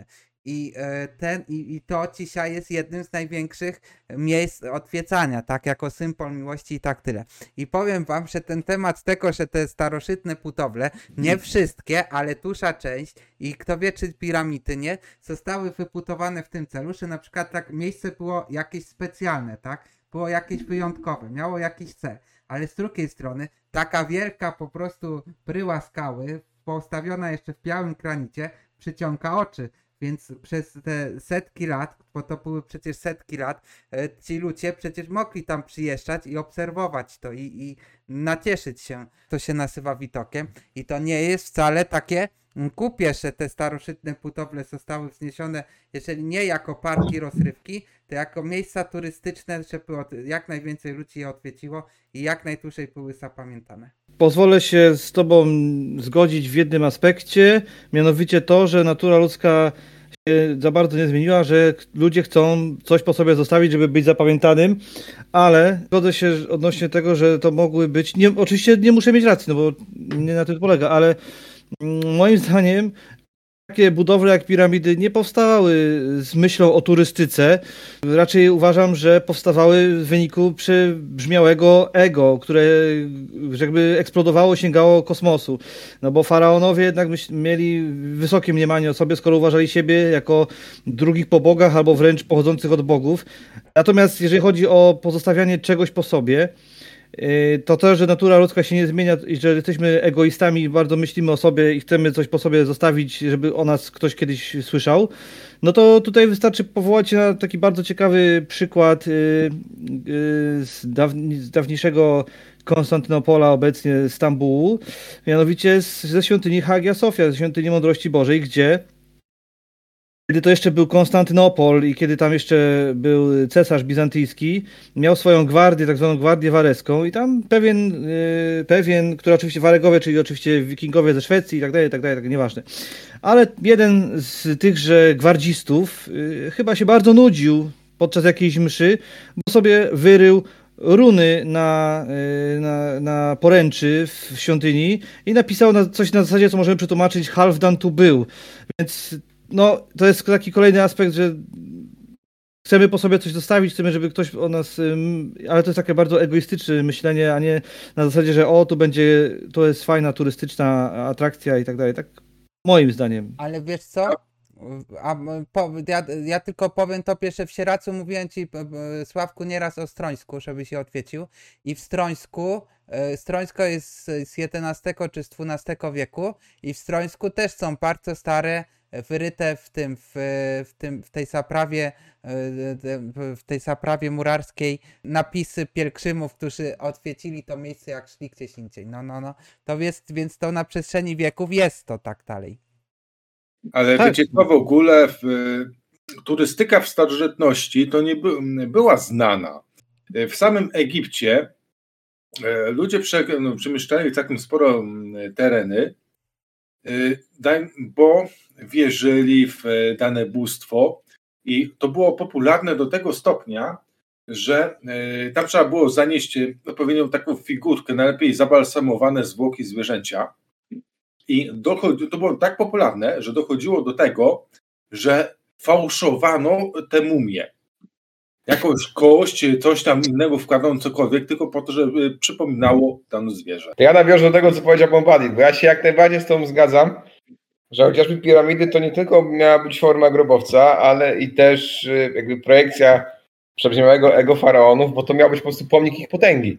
C: I to dzisiaj jest jednym z największych miejsc odwiedzania, tak, jako symbol miłości i tak tyle. I powiem wam, że ten temat tego, że te starożytne budowle, nie wszystkie, ale duża część i kto wie, czy piramidy nie, zostały wybudowane w tym celu, że na przykład tak miejsce było jakieś specjalne, tak, było jakieś wyjątkowe, miało jakiś cel, ale z drugiej strony taka wielka po prostu bryła skały, postawiona jeszcze w białym granicie, przyciąga oczy. Więc przez te setki lat, bo to były przecież setki lat, ci ludzie przecież mogli tam przyjeżdżać i obserwować to i nacieszyć się. To się nazywa widokiem i to nie jest wcale takie głupie, że te starożytne budowle zostały wzniesione, jeżeli nie jako parki rozrywki, to jako miejsca turystyczne, żeby jak najwięcej ludzi je odwiedziło i jak najdłużej były zapamiętane.
E: Pozwolę się z tobą zgodzić w jednym aspekcie, mianowicie to, że natura ludzka się za bardzo nie zmieniła, że ludzie chcą coś po sobie zostawić, żeby być zapamiętanym, ale zgodzę się odnośnie tego, że to mogły być, oczywiście nie muszę mieć racji, no bo nie na tym polega, ale moim zdaniem takie budowle jak piramidy nie powstawały z myślą o turystyce. Raczej uważam, że powstawały w wyniku przybrzmiałego ego, które jakby eksplodowało, sięgało kosmosu. No bo faraonowie jednak mieli wysokie mniemanie o sobie, skoro uważali siebie jako drugich po bogach albo wręcz pochodzących od bogów. Natomiast jeżeli chodzi o pozostawianie czegoś po sobie, to, że natura ludzka się nie zmienia i że jesteśmy egoistami i bardzo myślimy o sobie i chcemy coś po sobie zostawić, żeby o nas ktoś kiedyś słyszał, no to tutaj wystarczy powołać się na taki bardzo ciekawy przykład z dawniejszego Konstantynopola, obecnie Stambułu, mianowicie ze świątyni Hagia Sofia, ze świątyni Mądrości Bożej, gdzie kiedy to jeszcze był Konstantynopol i kiedy tam jeszcze był cesarz bizantyjski, miał swoją gwardię, tak zwaną gwardię wareską i tam pewien, który oczywiście Waregowie, czyli oczywiście wikingowie ze Szwecji i tak dalej, nieważne. Ale jeden z tychże gwardzistów chyba się bardzo nudził podczas jakiejś mszy, bo sobie wyrył runy na poręczy w świątyni i napisał coś na zasadzie, co możemy przetłumaczyć Halfdan tu był. Więc no, to jest taki kolejny aspekt, że chcemy po sobie coś zostawić, chcemy, żeby ktoś o nas, ale to jest takie bardzo egoistyczne myślenie, a nie na zasadzie, że to jest fajna turystyczna atrakcja i tak dalej. Tak moim zdaniem.
C: Ale wiesz co? Ja tylko powiem to pierwsze, w Sieradzu mówiłem ci, Sławku, nieraz o Strońsku, żeby się odwiedził. I w Strońsko jest z XI czy z XII wieku i w Strońsku też są bardzo stare, wyryte w tej zaprawie murarskiej napisy pielgrzymów, którzy odwiedzili to miejsce, jak szli gdzieś indziej. No. To jest, więc to na przestrzeni wieków jest to tak dalej.
B: Ale tak. Wiecie co, w ogóle turystyka w starożytności to nie była znana. W samym Egipcie ludzie przemieszczali całkiem sporo tereny, bo wierzyli w dane bóstwo i to było popularne do tego stopnia, że tam trzeba było zanieść odpowiednią taką figurkę, najlepiej zabalsamowane zwłoki zwierzęcia. I to było tak popularne, że dochodziło do tego, że fałszowano te mumie. Jakąś kość, coś tam innego wkładano, cokolwiek, tylko po to, żeby przypominało dane zwierzę.
D: Ja nawiążę do tego, co powiedział Bombadil, bo ja się jak najbardziej z tą zgadzam, że chociażby piramidy to nie tylko miała być forma grobowca, ale i też jakby projekcja przebrzmiałego ego faraonów, bo to miał być po prostu pomnik ich potęgi.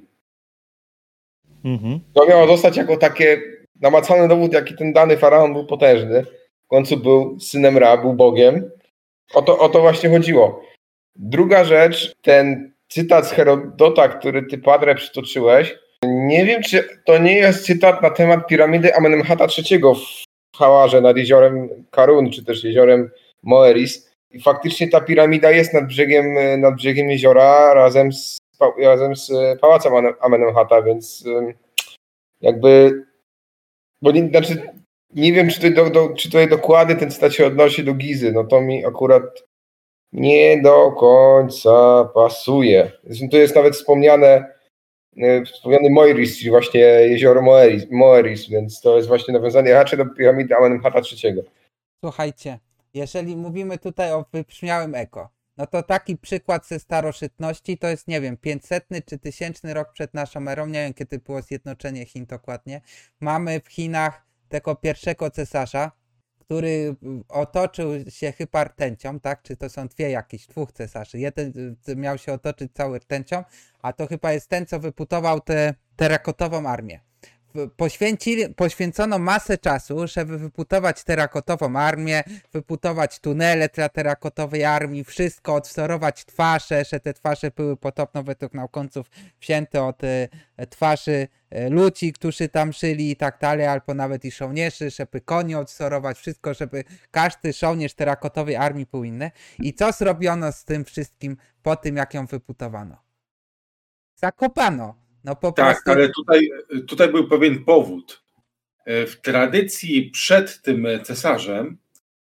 D: To miało zostać jako takie namacalny dowód, jaki ten dany faraon był potężny. W końcu był synem Ra, był Bogiem. O to właśnie chodziło. Druga rzecz, ten cytat z Herodota, który ty, Padre, przytoczyłeś, nie wiem, czy to nie jest cytat na temat piramidy Amenemhata III w Hawarze nad jeziorem Karun, czy też jeziorem Moeris. I faktycznie ta piramida jest nad brzegiem jeziora razem z pałacem Amenemhata, więc jakby, bo nie wiem, czy tutaj dokładnie ten cytat się odnosi do Gizy, no to mi akurat nie do końca pasuje. Zresztą tu jest nawet wspomniany Moeris, czyli właśnie jezioro Moeris, więc to jest właśnie nawiązanie raczej do piramidy Amenemhata III.
C: Słuchajcie, jeżeli mówimy tutaj o wybrzmiałym eko, no to taki przykład ze starożytności to jest, nie wiem, 500 czy 1000 rok przed naszą erą, nie wiem kiedy było zjednoczenie Chin dokładnie. Mamy w Chinach tego pierwszego cesarza, który otoczył się chyba rtęcią, tak? Czy to są dwóch cesarzy. Jeden miał się otoczyć cały rtęcią, a to chyba jest ten, co wyputował tę terakotową armię. Poświęcono masę czasu, żeby wyputować terakotową armię, wyputować tunele dla terakotowej armii, wszystko, odwzorować twarze, że te twarze były podobno według naukowców wzięte od twarzy ludzi, którzy tam żyli i tak dalej, albo nawet i żołnierzy, żeby konie odwzorować, wszystko, żeby każdy żołnierz terakotowej armii był inny. I co zrobiono z tym wszystkim po tym, jak ją wyputowano? Zakopano. No po
B: tak,
C: prostu...
B: ale tutaj był pewien powód. W tradycji przed tym cesarzem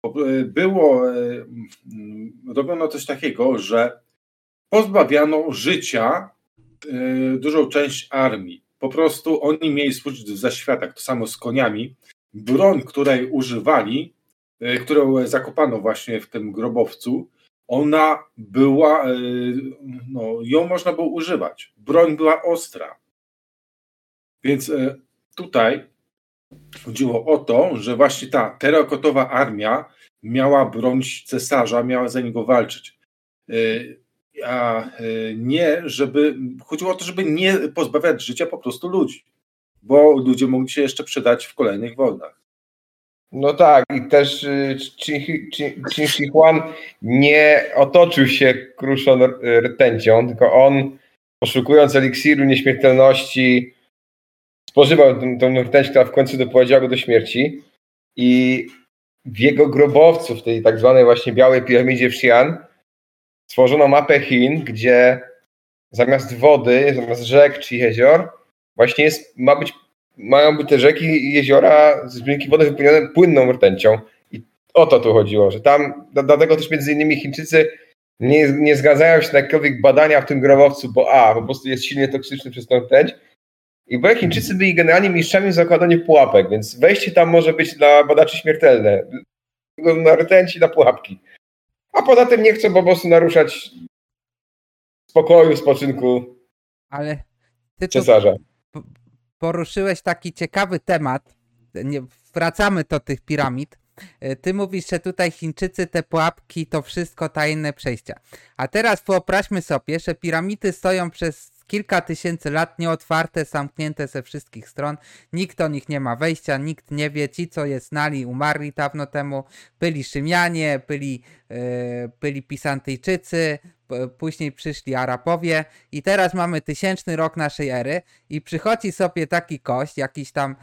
B: robiono coś takiego, że pozbawiano życia dużą część armii. Po prostu oni mieli służyć w zaświatach, to samo z koniami. Broń, której używali, którą zakopano właśnie w tym grobowcu, ona była, ją można było używać. Broń była ostra. Więc tutaj chodziło o to, że właśnie ta terakotowa armia miała bronić cesarza, miała za niego walczyć. A nie, chodziło o to, żeby nie pozbawiać życia po prostu ludzi, bo ludzie mogli się jeszcze przydać w kolejnych wojnach.
D: No tak, i też Qin Shi Huang nie otoczył się kruszą rtęcią, tylko on, poszukując eliksiru nieśmiertelności, spożywał tą rtęć, która w końcu doprowadziła go do śmierci, i w jego grobowcu, w tej tak zwanej właśnie białej piramidzie w Xi'an, stworzono mapę Chin, gdzie zamiast wody, zamiast rzek czy jezior, właśnie mają być te rzeki i jeziora z zbiorniki wody wypełnione płynną rtęcią. I o to tu chodziło, że tam, dlatego też między innymi Chińczycy nie zgadzają się na jakiekolwiek badania w tym grobowcu, bo po prostu jest silnie toksyczny przez tą rtęć. I bo Chińczycy byli generalnie mistrzami w zakładaniu pułapek, więc wejście tam może być dla badaczy śmiertelne. Na rtęci, na pułapki. A poza tym nie chcą po prostu naruszać spokoju, spoczynku
C: Ale ty
D: cesarza.
C: Poruszyłeś taki ciekawy temat. Wracamy do tych piramid. Ty mówisz, że tutaj Chińczycy, te pułapki, to wszystko tajne przejścia. A teraz wyobraźmy sobie, że piramidy stoją przez kilka tysięcy lat, nieotwarte, zamknięte ze wszystkich stron. Nikt o nich nie ma wejścia, nikt nie wie. Ci, co je znali, umarli dawno temu. Byli Rzymianie, byli Bizantyjczycy, później przyszli Arabowie i teraz mamy 1000 rok naszej ery i przychodzi sobie taki gość, jakiś tam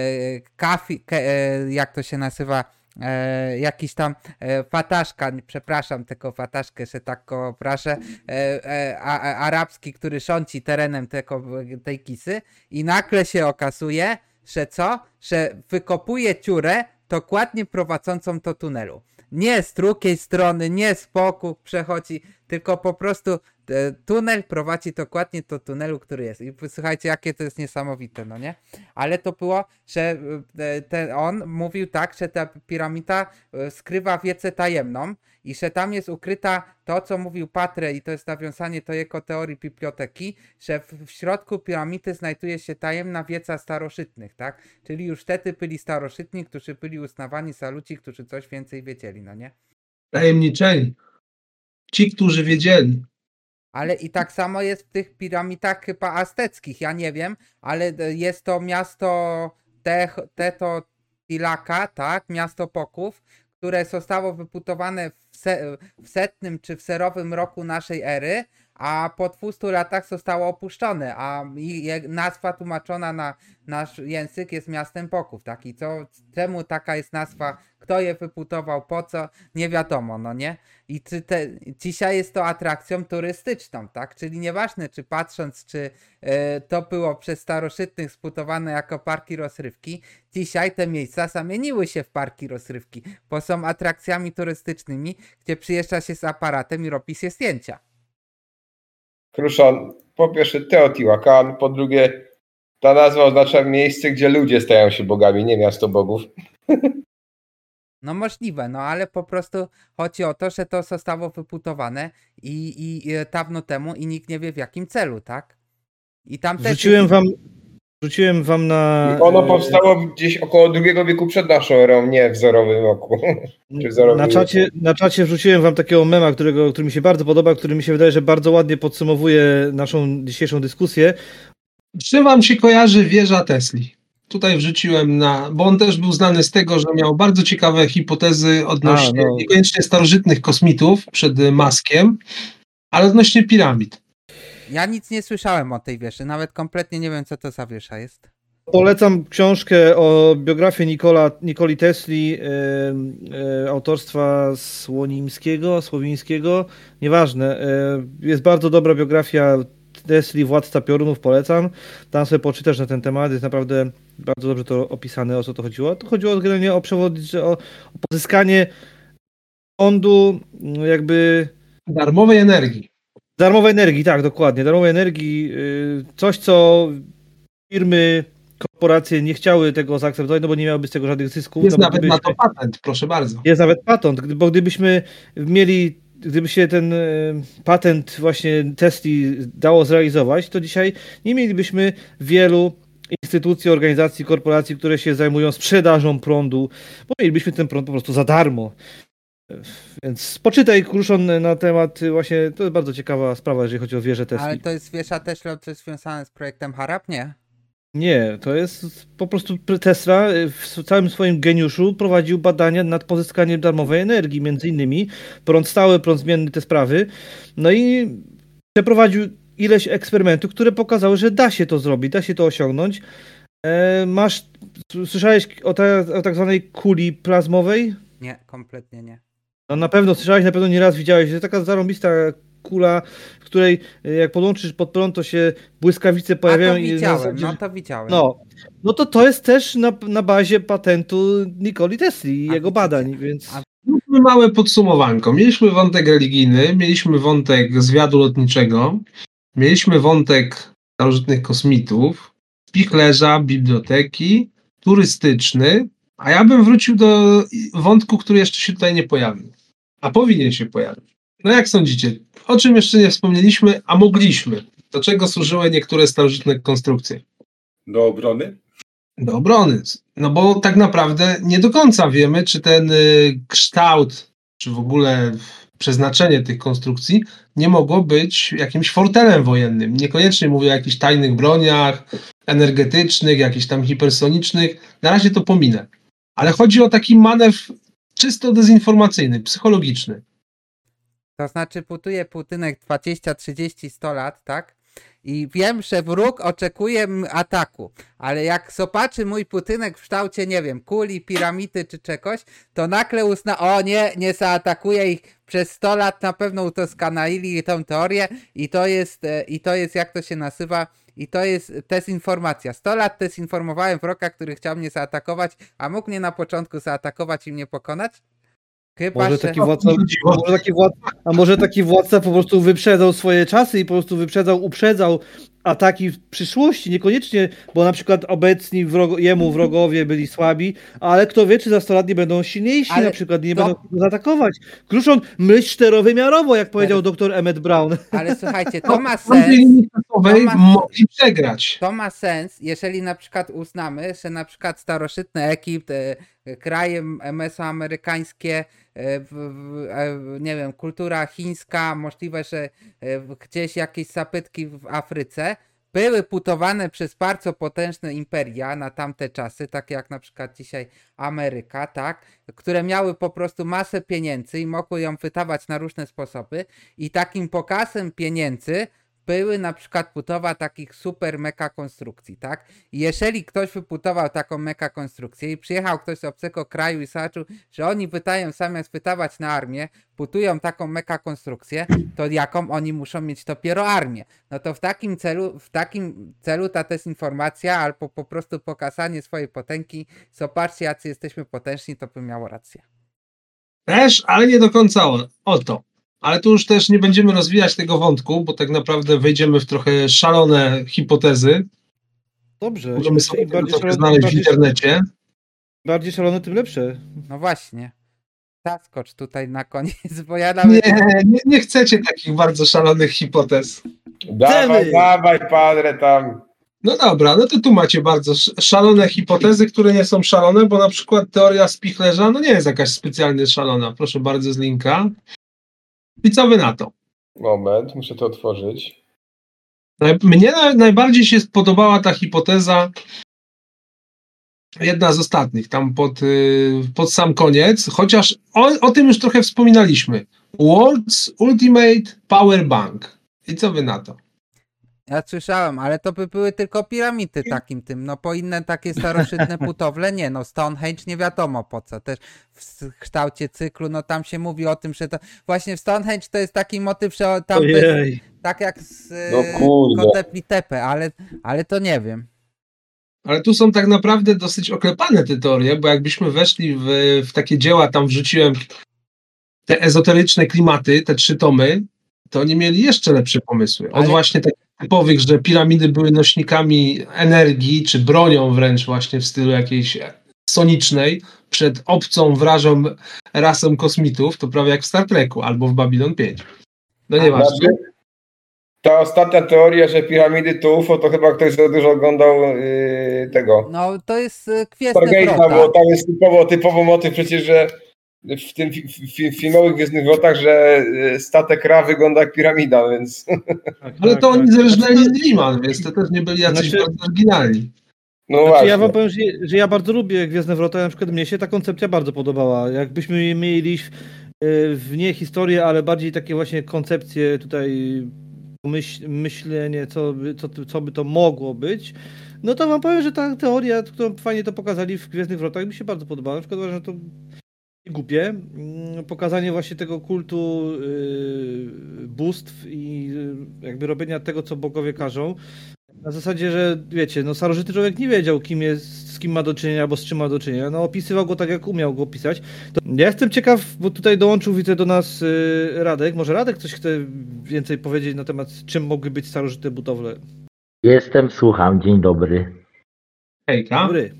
C: jak to się nazywa, jakiś tam fataszka, przepraszam tego fataszkę, że tak go obrażę, arabski, który rządzi terenem tej kisy i nagle się okazuje, że co? Że wykopuje dziurę dokładnie prowadzącą do tunelu. Nie z drugiej strony, nie z boku przechodzi, tylko po prostu tunel prowadzi dokładnie do tunelu, który jest. I słuchajcie, jakie to jest niesamowite, no nie? Ale to było, że on mówił tak, że ta piramida skrywa wiedzę tajemną i że tam jest ukryta to, co mówił Patre, i to jest nawiązanie do jego teorii biblioteki, że w środku piramidy znajduje się tajemna wiedza starożytnych, tak? Czyli już wtedy byli starożytni, którzy byli uznawani za ludzi, którzy coś więcej wiedzieli, no nie?
A: Tajemniczeni. Ci, którzy wiedzieli.
C: Ale i tak samo jest w tych piramidach chyba azteckich, ja nie wiem, ale jest to miasto Tetotilaka, tak? Miasto Poków, które zostało wybudowane w 100 czy w 0 roku naszej ery, a po 200 latach zostało opuszczone, a nazwa tłumaczona na nasz język jest miastem Poków, tak? I czemu taka jest nazwa, kto je wybudował, po co, nie wiadomo, no nie? I dzisiaj jest to atrakcją turystyczną, tak? Czyli nieważne, czy patrząc, czy to było przez starożytnych zbudowane jako parki rozrywki, dzisiaj te miejsca zamieniły się w parki rozrywki, bo są atrakcjami turystycznymi, gdzie przyjeżdża się z aparatem i robi się zdjęcia.
D: Kruszon, po pierwsze Teotihuacan, po drugie ta nazwa oznacza miejsce, gdzie ludzie stają się bogami, nie miasto bogów.
C: No możliwe, no ale po prostu chodzi o to, że to zostało wyputowane i dawno temu i nikt nie wie w jakim celu, tak? I tam też
E: Wrzuciłem wam na...
D: I ono powstało gdzieś około II wieku przed naszą erą, nie w wzorowym roku.
E: Na czacie wrzuciłem wam takiego mema, który mi się bardzo podoba, który mi się wydaje, że bardzo ładnie podsumowuje naszą dzisiejszą dyskusję.
A: Czym wam się kojarzy wieża Tesli? Tutaj wrzuciłem bo on też był znany z tego, że miał bardzo ciekawe hipotezy odnośnie niekoniecznie starożytnych kosmitów przed Muskiem, ale odnośnie piramid.
C: Ja nic nie słyszałem o tej wieży, nawet kompletnie nie wiem, co to za wieża jest.
E: Polecam książkę o biografii Nikoli Tesli, autorstwa Słowińskiego, nieważne. Jest bardzo dobra biografia Tesli, Władca Piorunów, polecam. Tam sobie poczytasz na ten temat, jest naprawdę bardzo dobrze to opisane, o co to chodziło. To chodziło generalnie o pozyskanie fondu jakby...
A: Darmowej energii.
E: Darmowej energii, tak, dokładnie. Darmowej energii, coś co firmy, korporacje nie chciały tego zaakceptować, no bo nie miałyby z tego żadnych zysków.
A: Jest
E: no
A: nawet na to patent, proszę bardzo.
E: Jest nawet patent, bo gdyby się ten patent właśnie Tesli dało zrealizować, to dzisiaj nie mielibyśmy wielu instytucji, organizacji, korporacji, które się zajmują sprzedażą prądu, bo mielibyśmy ten prąd po prostu za darmo. Więc poczytaj, Kruszon, na temat właśnie, to jest bardzo ciekawa sprawa, jeżeli chodzi o wieżę Tesli.
C: Ale to jest wieża Tesla, to jest związane z projektem Harap, nie?
E: Nie, to jest po prostu Tesla w całym swoim geniuszu prowadził badania nad pozyskaniem darmowej energii, między innymi prąd stały, prąd zmienny, te sprawy. No i przeprowadził ileś eksperymentów, które pokazały, że da się to zrobić, da się to osiągnąć. Słyszałeś o tak zwanej kuli plazmowej?
C: Nie, kompletnie nie.
E: No na pewno słyszałeś, na pewno nieraz widziałeś. To jest taka zarąbista kula, w której jak podłączysz pod prąd, to się błyskawice pojawiają.
C: To widziałem.
E: No to jest też na bazie patentu Nikoli Tesli i jego badań, więc...
A: Zróbmy małe podsumowanko. Mieliśmy wątek religijny, mieliśmy wątek zwiadu lotniczego, mieliśmy wątek starożytnych kosmitów, spichlerza, biblioteki, turystyczny, a ja bym wrócił do wątku, który jeszcze się tutaj nie pojawił. A powinien się pojawić. No jak sądzicie? O czym jeszcze nie wspomnieliśmy, a mogliśmy? Do czego służyły niektóre starożytne konstrukcje?
B: Do obrony?
A: Do obrony. No bo tak naprawdę nie do końca wiemy, czy ten kształt, czy w ogóle przeznaczenie tych konstrukcji nie mogło być jakimś fortelem wojennym. Niekoniecznie mówię o jakichś tajnych broniach energetycznych, jakichś tam hipersonicznych. Na razie to pominę. Ale chodzi o taki manewr czysto dezinformacyjny, psychologiczny.
C: To znaczy putuje Putynek 20, 30, 100 lat, tak? I wiem, że wróg oczekuje ataku, ale jak zobaczy mój Putynek w kształcie, nie wiem, kuli, piramidy czy czegoś, to nagle uzna, nie zaatakuje ich, przez 100 lat na pewno udoskonalili tę teorię i to jest, jak to się nazywa, i to jest dezinformacja. 100 lat dezinformowałem wroga, który chciał mnie zaatakować, a mógł mnie na początku zaatakować i mnie pokonać? Chyba,
E: może taki władca po prostu wyprzedzał swoje czasy i po prostu uprzedzał ataki w przyszłości, niekoniecznie, bo na przykład obecni jemu wrogowie byli słabi, ale kto wie, czy za 100 lat nie będą silniejsi, na przykład nie będą zaatakować. Kruszon, myśl czterowymiarowo, jak powiedział dr Emmett Brown.
C: Ale słuchajcie, to ma sens.
A: Mogli przegrać.
C: To ma sens, jeżeli na przykład uznamy, że na przykład starożytny Egipt, kraje mesoamerykańskie, nie wiem, kultura chińska, możliwe, że gdzieś jakieś zapytki w Afryce były putowane przez bardzo potężne imperia na tamte czasy, takie jak na przykład dzisiaj Ameryka, tak, które miały po prostu masę pieniędzy i mogły ją wydawać na różne sposoby i takim pokazem pieniędzy były na przykład budowa takich super meka konstrukcji, tak? I jeżeli ktoś wybudował taką meka konstrukcję i przyjechał ktoś z obcego kraju i zobaczył, że oni zamiast wydawać na armię, budują taką meka konstrukcję, to jaką oni muszą mieć dopiero armię? No to w takim celu ta dezinformacja albo po prostu pokazanie swojej potęgi, zobaczcie jacy jesteśmy potężni, to by miało rację.
A: Też, ale nie do końca o to. Ale tu już też nie będziemy rozwijać tego wątku, bo tak naprawdę wejdziemy w trochę szalone hipotezy.
E: Dobrze.
A: Możemy sobie trochę znaleźć w internecie.
E: Bardziej szalone, tym lepsze.
C: No właśnie. Zaskocz tutaj na koniec, bo ja nawet...
A: Nie chcecie takich bardzo szalonych hipotez.
D: Dawaj, padre tam.
A: No dobra, no to tu macie bardzo szalone hipotezy, które nie są szalone, bo na przykład teoria spichlerza no nie jest jakaś specjalnie szalona. Proszę bardzo z linka. I co wy na to?
D: Moment, muszę to otworzyć.
A: Mnie najbardziej się podobała ta hipoteza, jedna z ostatnich, tam pod sam koniec, chociaż o tym już trochę wspominaliśmy. World's Ultimate Power Bank. I co wy na to?
C: Ja słyszałem, ale to by były tylko piramidy takim tym, no po inne takie starożytne budowle, nie, no Stonehenge nie wiadomo po co, też w kształcie cyklu, no tam się mówi o tym, że to właśnie w Stonehenge to jest taki motyw, że tam to jest, tak jak z Göbekli Tepe, ale to nie wiem.
A: Ale tu są tak naprawdę dosyć oklepane te teorie, bo jakbyśmy weszli w takie dzieła, tam wrzuciłem te ezoteryczne klimaty, te 3 tomy, to oni mieli jeszcze lepsze pomysły. Od właśnie takich typowych, że piramidy były nośnikami energii, czy bronią wręcz właśnie w stylu jakiejś sonicznej przed obcą, wrażą rasą kosmitów, to prawie jak w Star Treku albo w Babylon 5. No nieważne.
D: Ta ostatnia teoria, że piramidy to UFO, to chyba ktoś za dużo oglądał tego.
C: No to jest Gwiezdne
D: Wrota. Bo tam jest typowo motyw przecież, że w tym filmowych Gwiezdnych Wrotach, że statek Ra wygląda jak piramida, więc...
A: Ale to oni zrżnęli z Liman, więc to też nie byli jacyś bardzo oryginalni.
D: No właśnie.
E: Ja wam powiem, że ja bardzo lubię Gwiezdne Wrota, na przykład mnie się ta koncepcja bardzo podobała. Jakbyśmy mieli w nie historię, ale bardziej takie właśnie koncepcje tutaj, myślenie, co by to mogło być, no to wam powiem, że ta teoria, którą fajnie to pokazali w Gwiezdnych Wrotach, mi się bardzo podobała. Na przykład uważam, że to głupie. Pokazanie właśnie tego kultu bóstw i jakby robienia tego, co bogowie każą. Na zasadzie, że wiecie, no starożytny człowiek nie wiedział, kim jest, z kim ma do czynienia, albo z czym ma do czynienia. No opisywał go tak, jak umiał go opisać. To ja jestem ciekaw, bo tutaj dołączył, widzę, do nas Radek. Może Radek coś chce więcej powiedzieć na temat, czym mogły być starożytne budowle?
F: Jestem, słucham. Dzień dobry.
A: Hejka.
E: Dobry.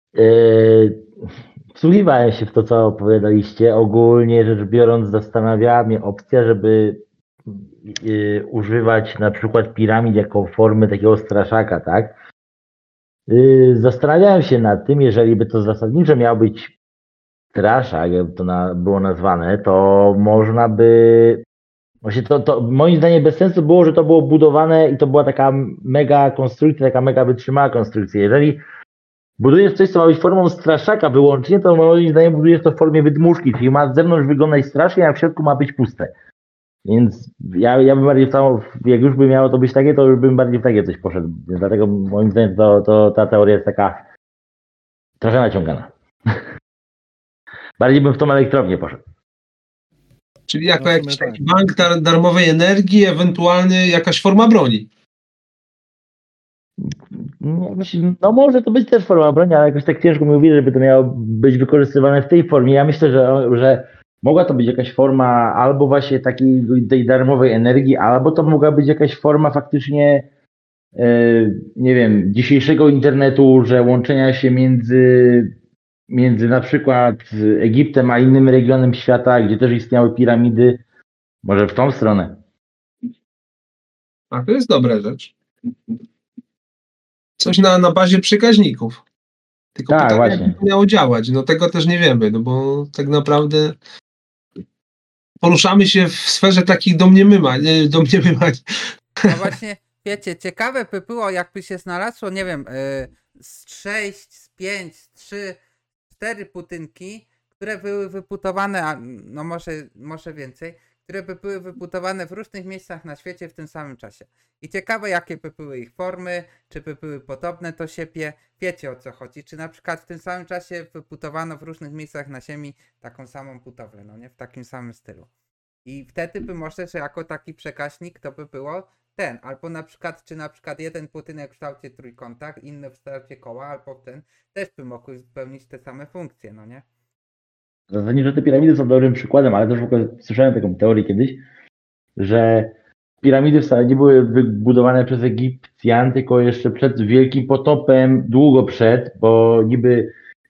F: Wsłuchiwałem się w to, co opowiadaliście. Ogólnie rzecz biorąc, zastanawiała mnie opcja, żeby używać na przykład piramid jako formy takiego straszaka, tak? Zastanawiałem się nad tym, jeżeli by to zasadniczo miał być straszak, jakby to było nazwane, to można by... Właśnie to moim zdaniem bez sensu było, że to było budowane i to była taka mega konstrukcja, taka mega wytrzymała konstrukcja. Jeżeli budujesz coś, co ma być formą straszaka wyłącznie, to moim zdaniem budujesz to w formie wydmuszki, czyli ma z zewnątrz wyglądać strasznie, a w środku ma być puste. Więc ja bym bardziej jak już by miało to być takie, to już bym bardziej w takie coś poszedł. Więc dlatego moim zdaniem ta teoria jest taka trochę naciągana. Bardziej bym w tą elektrownię poszedł.
A: Czyli jako jakiś taki bank darmowej energii, ewentualnie jakaś forma broni.
F: No może to być też forma broni, ale jakoś tak ciężko mi uwierzyć, żeby to miało być wykorzystywane w tej formie. Ja myślę, że mogła to być jakaś forma albo właśnie tej darmowej energii, albo to mogła być jakaś forma faktycznie, nie wiem, dzisiejszego internetu, że łączenia się między na przykład Egiptem a innym regionem świata, gdzie też istniały piramidy. Może w tą stronę.
A: A to jest dobra rzecz. Coś na bazie przekaźników. Tylko
F: tak,
A: pytanie,
F: właśnie.
A: jak to miało działać. No tego też nie wiemy, no bo tak naprawdę poruszamy się w sferze takich domniemywań.
C: No właśnie, wiecie, ciekawe by było, jakby się znalazło, nie wiem, z 6, z 5, z 3, 4 budynki, które były wybudowane, no może więcej, które by były wybudowane w różnych miejscach na świecie w tym samym czasie. I ciekawe, jakie by były ich formy, czy by były podobne do siebie, wiecie o co chodzi, czy na przykład w tym samym czasie wybudowano w różnych miejscach na Ziemi taką samą budowlę, no nie, w takim samym stylu. I wtedy by może, że jako taki przekaźnik to by było ten, albo na przykład, czy na przykład jeden budynek w kształcie trójkąta, inny w kształcie koła, albo ten też by mogły spełnić te same funkcje, no nie?
F: Zasadniczo te piramidy są dobrym przykładem, ale też w ogóle słyszałem taką teorię kiedyś, że piramidy wcale nie były wybudowane przez Egipcjan, tylko jeszcze przed Wielkim Potopem, długo przed, bo niby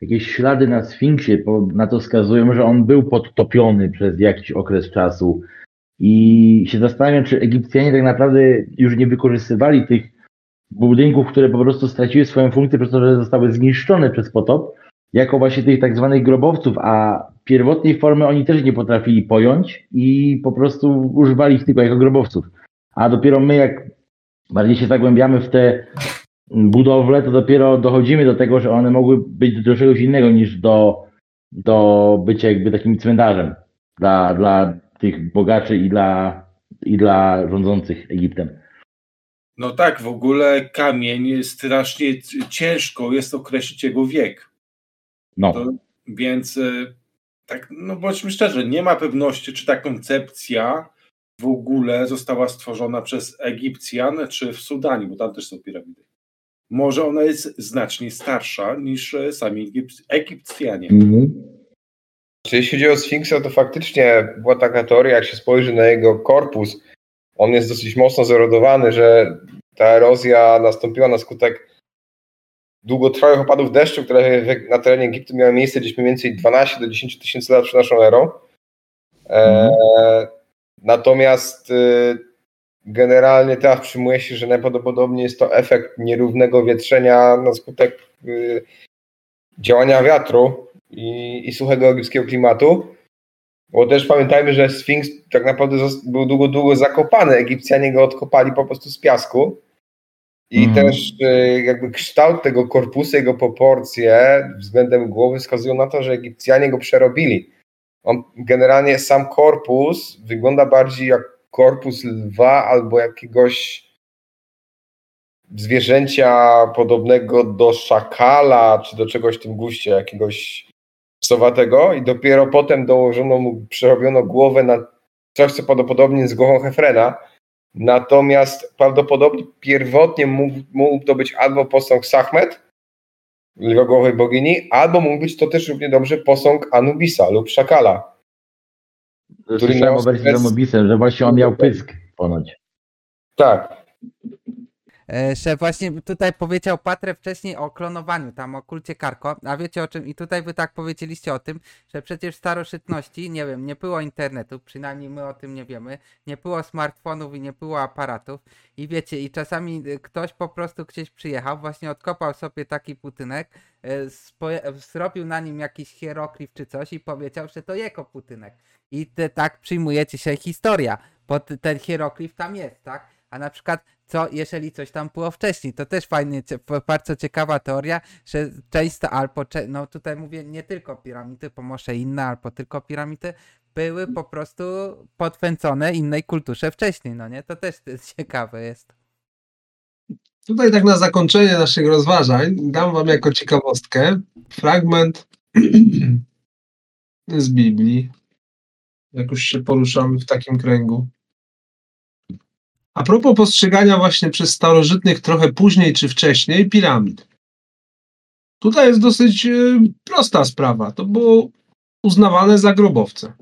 F: jakieś ślady na Sfinksie na to wskazują, że on był podtopiony przez jakiś okres czasu. I się zastanawiam, czy Egipcjanie tak naprawdę już nie wykorzystywali tych budynków, które po prostu straciły swoją funkcję przez to, że zostały zniszczone przez potop, jako właśnie tych tak zwanych grobowców, a pierwotnej formy oni też nie potrafili pojąć i po prostu używali ich tylko jako grobowców. A dopiero my, jak bardziej się zagłębiamy w te budowle, to dopiero dochodzimy do tego, że one mogły być do czegoś innego niż do bycia jakby takim cmentarzem dla tych bogaczy i dla rządzących Egiptem.
B: No tak, w ogóle kamień strasznie ciężko jest określić jego wiek.
F: No.
B: Więc tak, no bądźmy szczerzy, nie ma pewności, czy ta koncepcja w ogóle została stworzona przez Egipcjan, czy w Sudanie, bo tam też są piramidy. Może ona jest znacznie starsza niż sami Egipcjanie.
D: Jeśli chodzi o Sfinksa, to faktycznie była taka teoria, jak się spojrzy na jego korpus, on jest dosyć mocno zerodowany, że ta erozja nastąpiła na skutek długotrwałych opadów deszczu, które na terenie Egiptu miały miejsce gdzieś mniej więcej 12 do 10 tysięcy lat przed naszą erą. Natomiast generalnie teraz przyjmuje się, że najprawdopodobniej jest to efekt nierównego wietrzenia na skutek działania wiatru i suchego egipskiego klimatu. Bo też pamiętajmy, że Sfinks tak naprawdę był długo zakopany. Egipcjanie go odkopali po prostu z piasku. I też jakby kształt tego korpusu, jego proporcje względem głowy wskazują na to, że Egipcjanie go przerobili. Generalnie sam korpus wygląda bardziej jak korpus lwa albo jakiegoś zwierzęcia podobnego do szakala, czy do czegoś w tym guście, jakiegoś psowatego, i dopiero potem przerobiono głowę na coś, co prawdopodobnie z głową Hefrena. Natomiast prawdopodobnie pierwotnie mógł to być albo posąg Sachmet, lwogłowej bogini, albo mógł być to też równie dobrze posąg Anubisa lub szakala.
F: Słyszałem o wersji z Anubisem, że właśnie on miał pysk ponoć.
D: Tak.
C: Że właśnie tutaj powiedział Patre wcześniej o klonowaniu, tam o kulcie Karko, a wiecie o czym? I tutaj wy tak powiedzieliście o tym, że przecież w starożytności, nie wiem, nie było internetu, przynajmniej my o tym nie wiemy, nie było smartfonów i nie było aparatów i wiecie, i czasami ktoś po prostu gdzieś przyjechał, właśnie odkopał sobie taki budynek, zrobił na nim jakiś hieroglif czy coś i powiedział, że to jego budynek. I tak przyjmuje dzisiaj historia, bo ten hieroglif tam jest, tak? A na przykład jeżeli coś tam było wcześniej, to też fajnie, bardzo ciekawa teoria, że często no tutaj mówię nie tylko piramidy, bo może inne albo tylko piramidy, były po prostu podwęcone innej kulturze wcześniej, no nie? To też ciekawe jest.
A: Tutaj tak na zakończenie naszych rozważań dam wam jako ciekawostkę fragment z Biblii, jak już się poruszamy w takim kręgu. A propos postrzegania właśnie przez starożytnych trochę później czy wcześniej piramid. Tutaj jest dosyć prosta sprawa. To było uznawane za grobowce.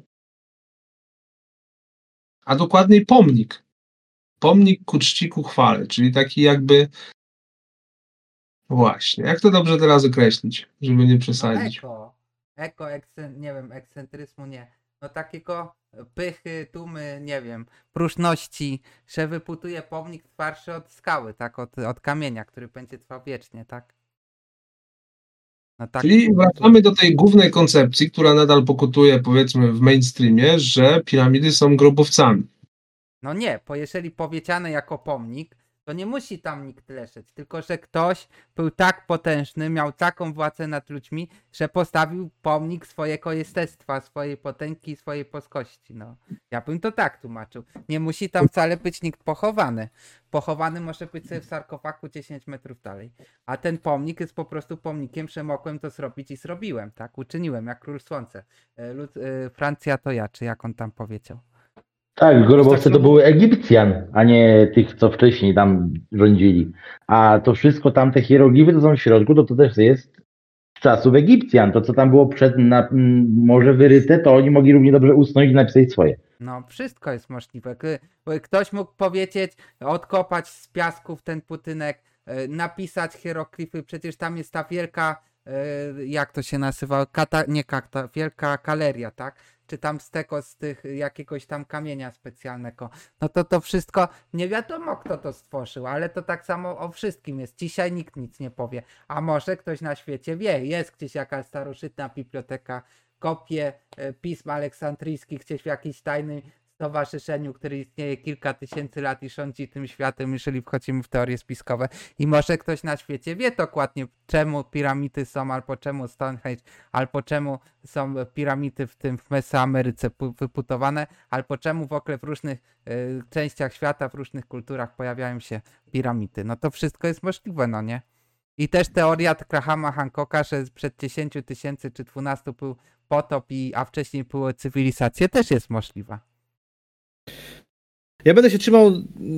A: A dokładniej pomnik. Pomnik ku czci, ku chwale, czyli taki jakby... Właśnie, jak to dobrze teraz określić, żeby nie przesadzić?
C: Nie wiem, ekscentryzmu nie. No takiego pychy, tumy, nie wiem, próżności, że wyputuje pomnik twardszy od skały, tak, od kamienia, który będzie trwał wiecznie, tak? No tak.
A: Czyli wracamy do tej głównej koncepcji, która nadal pokutuje, powiedzmy, w mainstreamie, że piramidy są grobowcami.
C: No nie, bo jeżeli powiedziane jako pomnik, to nie musi tam nikt leżeć, tylko że ktoś był tak potężny, miał taką władzę nad ludźmi, że postawił pomnik swojego jestestwa, swojej potęgi, swojej boskości. No, ja bym to tak tłumaczył. Nie musi tam wcale być nikt pochowany. Pochowany może być sobie w sarkofagu 10 metrów dalej. A ten pomnik jest po prostu pomnikiem, że mogłem to zrobić i zrobiłem, tak? Uczyniłem, jak Król Słońce. Francja to ja, czy jak on tam powiedział.
F: Tak, grobowce to były Egipcjan, a nie tych, co wcześniej tam rządzili. A to wszystko, tamte hieroglify, to są w środku, to też jest z czasów Egipcjan. To, co tam było przed może wyryte, to oni mogli równie dobrze usunąć i napisać swoje.
C: No, wszystko jest możliwe. Ktoś mógł powiedzieć, odkopać z piasków ten budynek, napisać hieroglify, przecież tam jest ta wielka jak to się nazywa, wielka galeria, tak? Czy tam z tych jakiegoś tam kamienia specjalnego. No to wszystko nie wiadomo, kto to stworzył, ale to tak samo o wszystkim jest. Dzisiaj nikt nic nie powie. A może ktoś na świecie wie, jest gdzieś jakaś starożytna biblioteka, kopie pism aleksandryjskich gdzieś w jakimś tajnym stowarzyszeniu, które istnieje kilka tysięcy lat i rządzi tym światem, jeżeli wchodzimy w teorie spiskowe. I może ktoś na świecie wie dokładnie, czemu piramidy są, albo czemu Stonehenge, albo czemu są piramidy w Mesoameryce wybudowane, albo czemu w ogóle w różnych częściach świata, w różnych kulturach pojawiają się piramidy. No to wszystko jest możliwe, no nie? I też teoria Grahama Hancocka, że przed 10 000 czy 12 był potop, a wcześniej były cywilizacje, też jest możliwa.
E: Ja będę się trzymał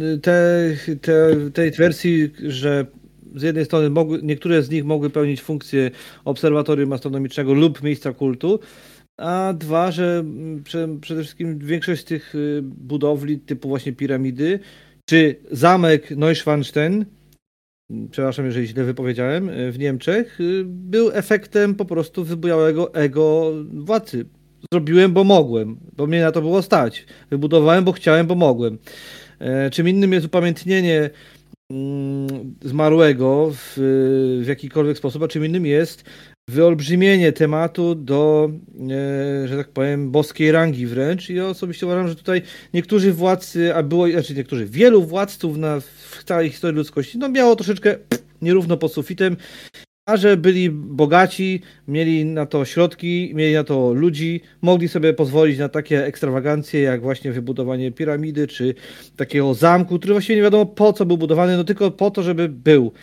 E: tej wersji, że z jednej strony niektóre z nich mogły pełnić funkcję obserwatorium astronomicznego lub miejsca kultu, a dwa, że przede wszystkim większość z tych budowli typu właśnie piramidy, czy zamek Neuschwanstein, przepraszam, jeżeli źle wypowiedziałem, w Niemczech, był efektem po prostu wybujałego ego władcy. Zrobiłem, bo mogłem, bo mnie na to było stać. Wybudowałem, bo chciałem, bo mogłem. Czym innym jest upamiętnienie zmarłego w jakikolwiek sposób, a czym innym jest wyolbrzymienie tematu do, że tak powiem, boskiej rangi wręcz. I ja osobiście uważam, że tutaj niektórzy władcy, wielu władców w całej historii ludzkości, miało troszeczkę nierówno pod sufitem, a że byli bogaci, mieli na to środki, mieli na to ludzi, mogli sobie pozwolić na takie ekstrawagancje, jak właśnie wybudowanie piramidy, czy takiego zamku, który właściwie nie wiadomo po co był budowany, no tylko po to, żeby był.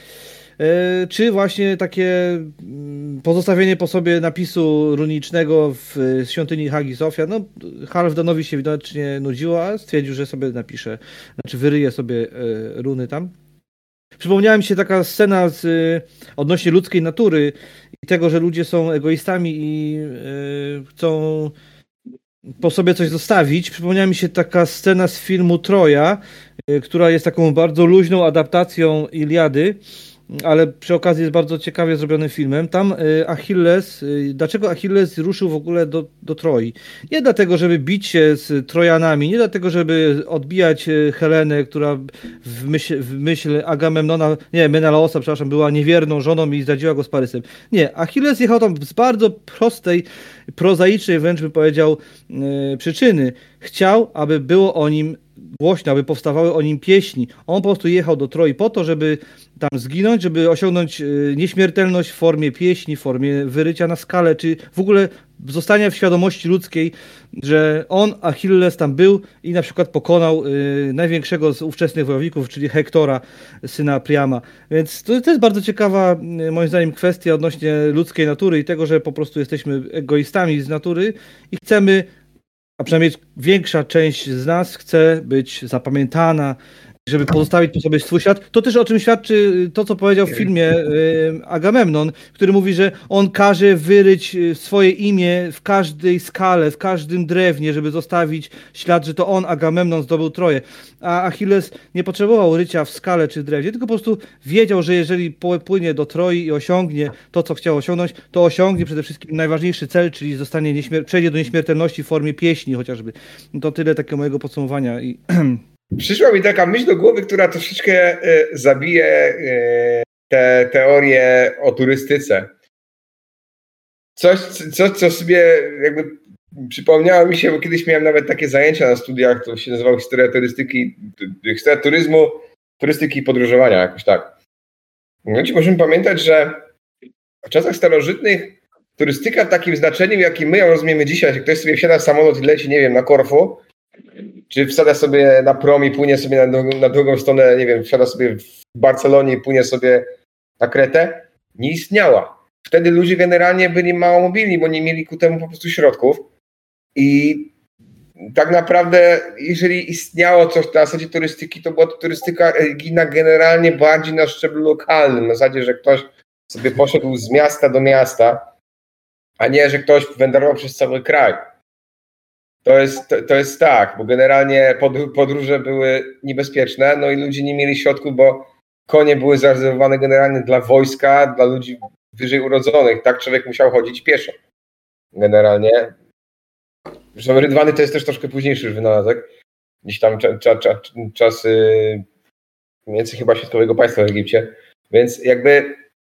E: Czy właśnie takie pozostawienie po sobie napisu runicznego w świątyni Hagi Sofia. No, Halfdanowi się widocznie nudziło, a stwierdził, że sobie napisze, wyryje sobie runy tam. Przypomniała mi się taka scena odnośnie ludzkiej natury i tego, że ludzie są egoistami i chcą po sobie coś zostawić. Przypomniała mi się taka scena z filmu Troja, która jest taką bardzo luźną adaptacją Iliady, ale przy okazji jest bardzo ciekawie zrobionym filmem. Tam dlaczego Achilles ruszył w ogóle do Troi? Nie dlatego, żeby bić się z Trojanami, nie dlatego, żeby odbijać Helenę, która w myśl Agamemnona, Menelaosa, przepraszam, była niewierną żoną i zdradziła go z Parysem. Nie, Achilles jechał tam z bardzo prostej, prozaicznej wręcz by powiedział przyczyny. Chciał, aby było o nim głośno, aby powstawały o nim pieśni. On po prostu jechał do Troi po to, żeby tam zginąć, żeby osiągnąć nieśmiertelność w formie pieśni, w formie wyrycia na skalę, czy w ogóle zostania w świadomości ludzkiej, że on, Achilles, tam był i na przykład pokonał największego z ówczesnych wojowników, czyli Hektora, syna Priama. Więc to jest bardzo ciekawa, moim zdaniem, kwestia odnośnie ludzkiej natury i tego, że po prostu jesteśmy egoistami z natury i chcemy, a przynajmniej większa część z nas chce być zapamiętana, żeby pozostawić po sobie swój ślad. To też o czym świadczy to, co powiedział w filmie Agamemnon, który mówi, że on każe wyryć swoje imię w każdej skale, w każdym drewnie, żeby zostawić ślad, że to on, Agamemnon, zdobył Troję. A Achilles nie potrzebował rycia w skale czy drewnie, tylko po prostu wiedział, że jeżeli płynie do Troi i osiągnie to, co chciał osiągnąć, to osiągnie przede wszystkim najważniejszy cel, czyli przejdzie do nieśmiertelności w formie pieśni chociażby. To tyle takiego mojego podsumowania.
D: Przyszła mi taka myśl do głowy, która troszeczkę zabije te teorie o turystyce. Coś, co sobie jakby przypomniało mi się, bo kiedyś miałem nawet takie zajęcia na studiach, to się nazywało historia turyzmu, turystyki i podróżowania, jakoś tak. No i możemy pamiętać, że w czasach starożytnych turystyka w takim znaczeniu, jakim my ją rozumiemy dzisiaj, że ktoś sobie wsiada w samolot i leci, nie wiem, na Korfu, czy wsiada sobie na prom i płynie sobie na drugą stronę, nie wiem, wsiada sobie w Barcelonie i płynie sobie na Kretę, nie istniała. Wtedy ludzie generalnie byli mało mobilni, bo nie mieli ku temu po prostu środków. I tak naprawdę, jeżeli istniało coś na zasadzie turystyki, to była to turystyka religijna generalnie bardziej na szczeblu lokalnym. Na zasadzie, że ktoś sobie poszedł z miasta do miasta, a nie, że ktoś wędrował przez cały kraj. To jest tak, bo generalnie podróże były niebezpieczne, no i ludzie nie mieli środków, bo konie były zarezerwowane generalnie dla wojska, dla ludzi wyżej urodzonych, tak? Człowiek musiał chodzić pieszo. Generalnie. Zresztą rydwany to jest też troszkę późniejszy już wynalazek. Gdzieś tam czasy mniej więcej chyba Światowego Państwa w Egipcie. Więc jakby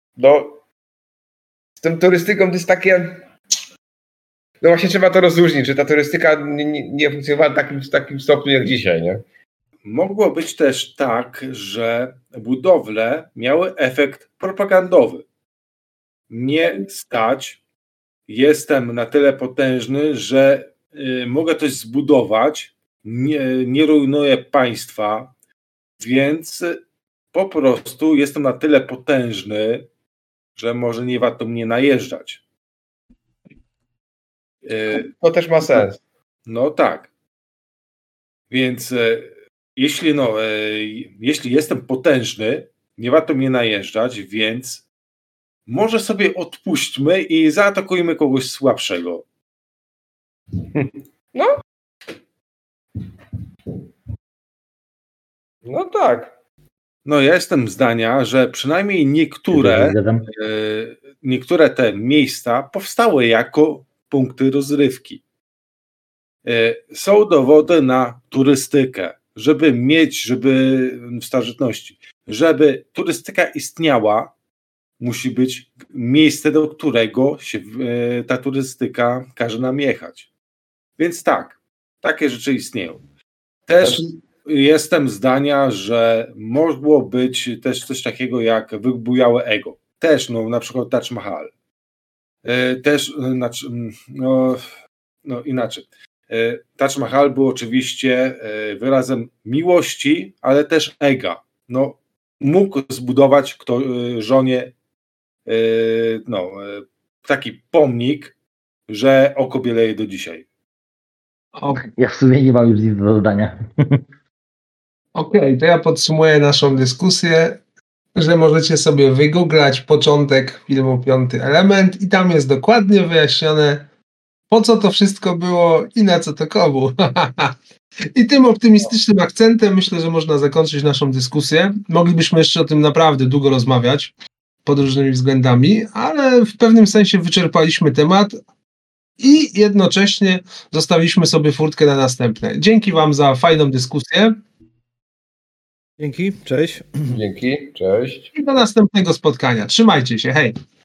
D: z tą turystyką to jest takie... No właśnie trzeba to rozróżnić, że ta turystyka nie funkcjonowała w takim stopniu jak dzisiaj, nie?
B: Mogło być też tak, że budowle miały efekt propagandowy. Nie stać, jestem na tyle potężny, że mogę coś zbudować, nie rujnuję państwa, więc po prostu jestem na tyle potężny, że może nie warto mnie najeżdżać.
D: To też ma sens.
B: No tak. Więc jeśli jestem potężny, nie warto mnie najeżdżać, więc może sobie odpuśćmy i zaatakujmy kogoś słabszego.
D: No tak.
B: No ja jestem zdania, że przynajmniej niektóre te miejsca powstały jako punkty rozrywki. Są dowody na turystykę, żeby w starożytności, żeby turystyka istniała, musi być miejsce, do którego się ta turystyka każe nam jechać. Więc tak, takie rzeczy istnieją. Też jestem zdania, że mogło być też coś takiego jak wybujałe ego. Też, na przykład Taj Mahal. Też, inaczej. Taj Mahal był oczywiście wyrazem miłości, ale też ega. Mógł zbudować żonie taki pomnik, że oko bieleje do dzisiaj.
F: Ja w sumie nie mam już nic do dodania.
A: Okej, to ja podsumuję naszą dyskusję, że możecie sobie wygooglać początek filmu Piąty Element i tam jest dokładnie wyjaśnione, po co to wszystko było i na co to komu. I tym optymistycznym akcentem myślę, że można zakończyć naszą dyskusję. Moglibyśmy jeszcze o tym naprawdę długo rozmawiać pod różnymi względami, ale w pewnym sensie wyczerpaliśmy temat i jednocześnie zostawiliśmy sobie furtkę na następne. Dzięki Wam za fajną dyskusję.
E: Dzięki, cześć.
D: Dzięki, cześć.
A: I do następnego spotkania. Trzymajcie się, hej.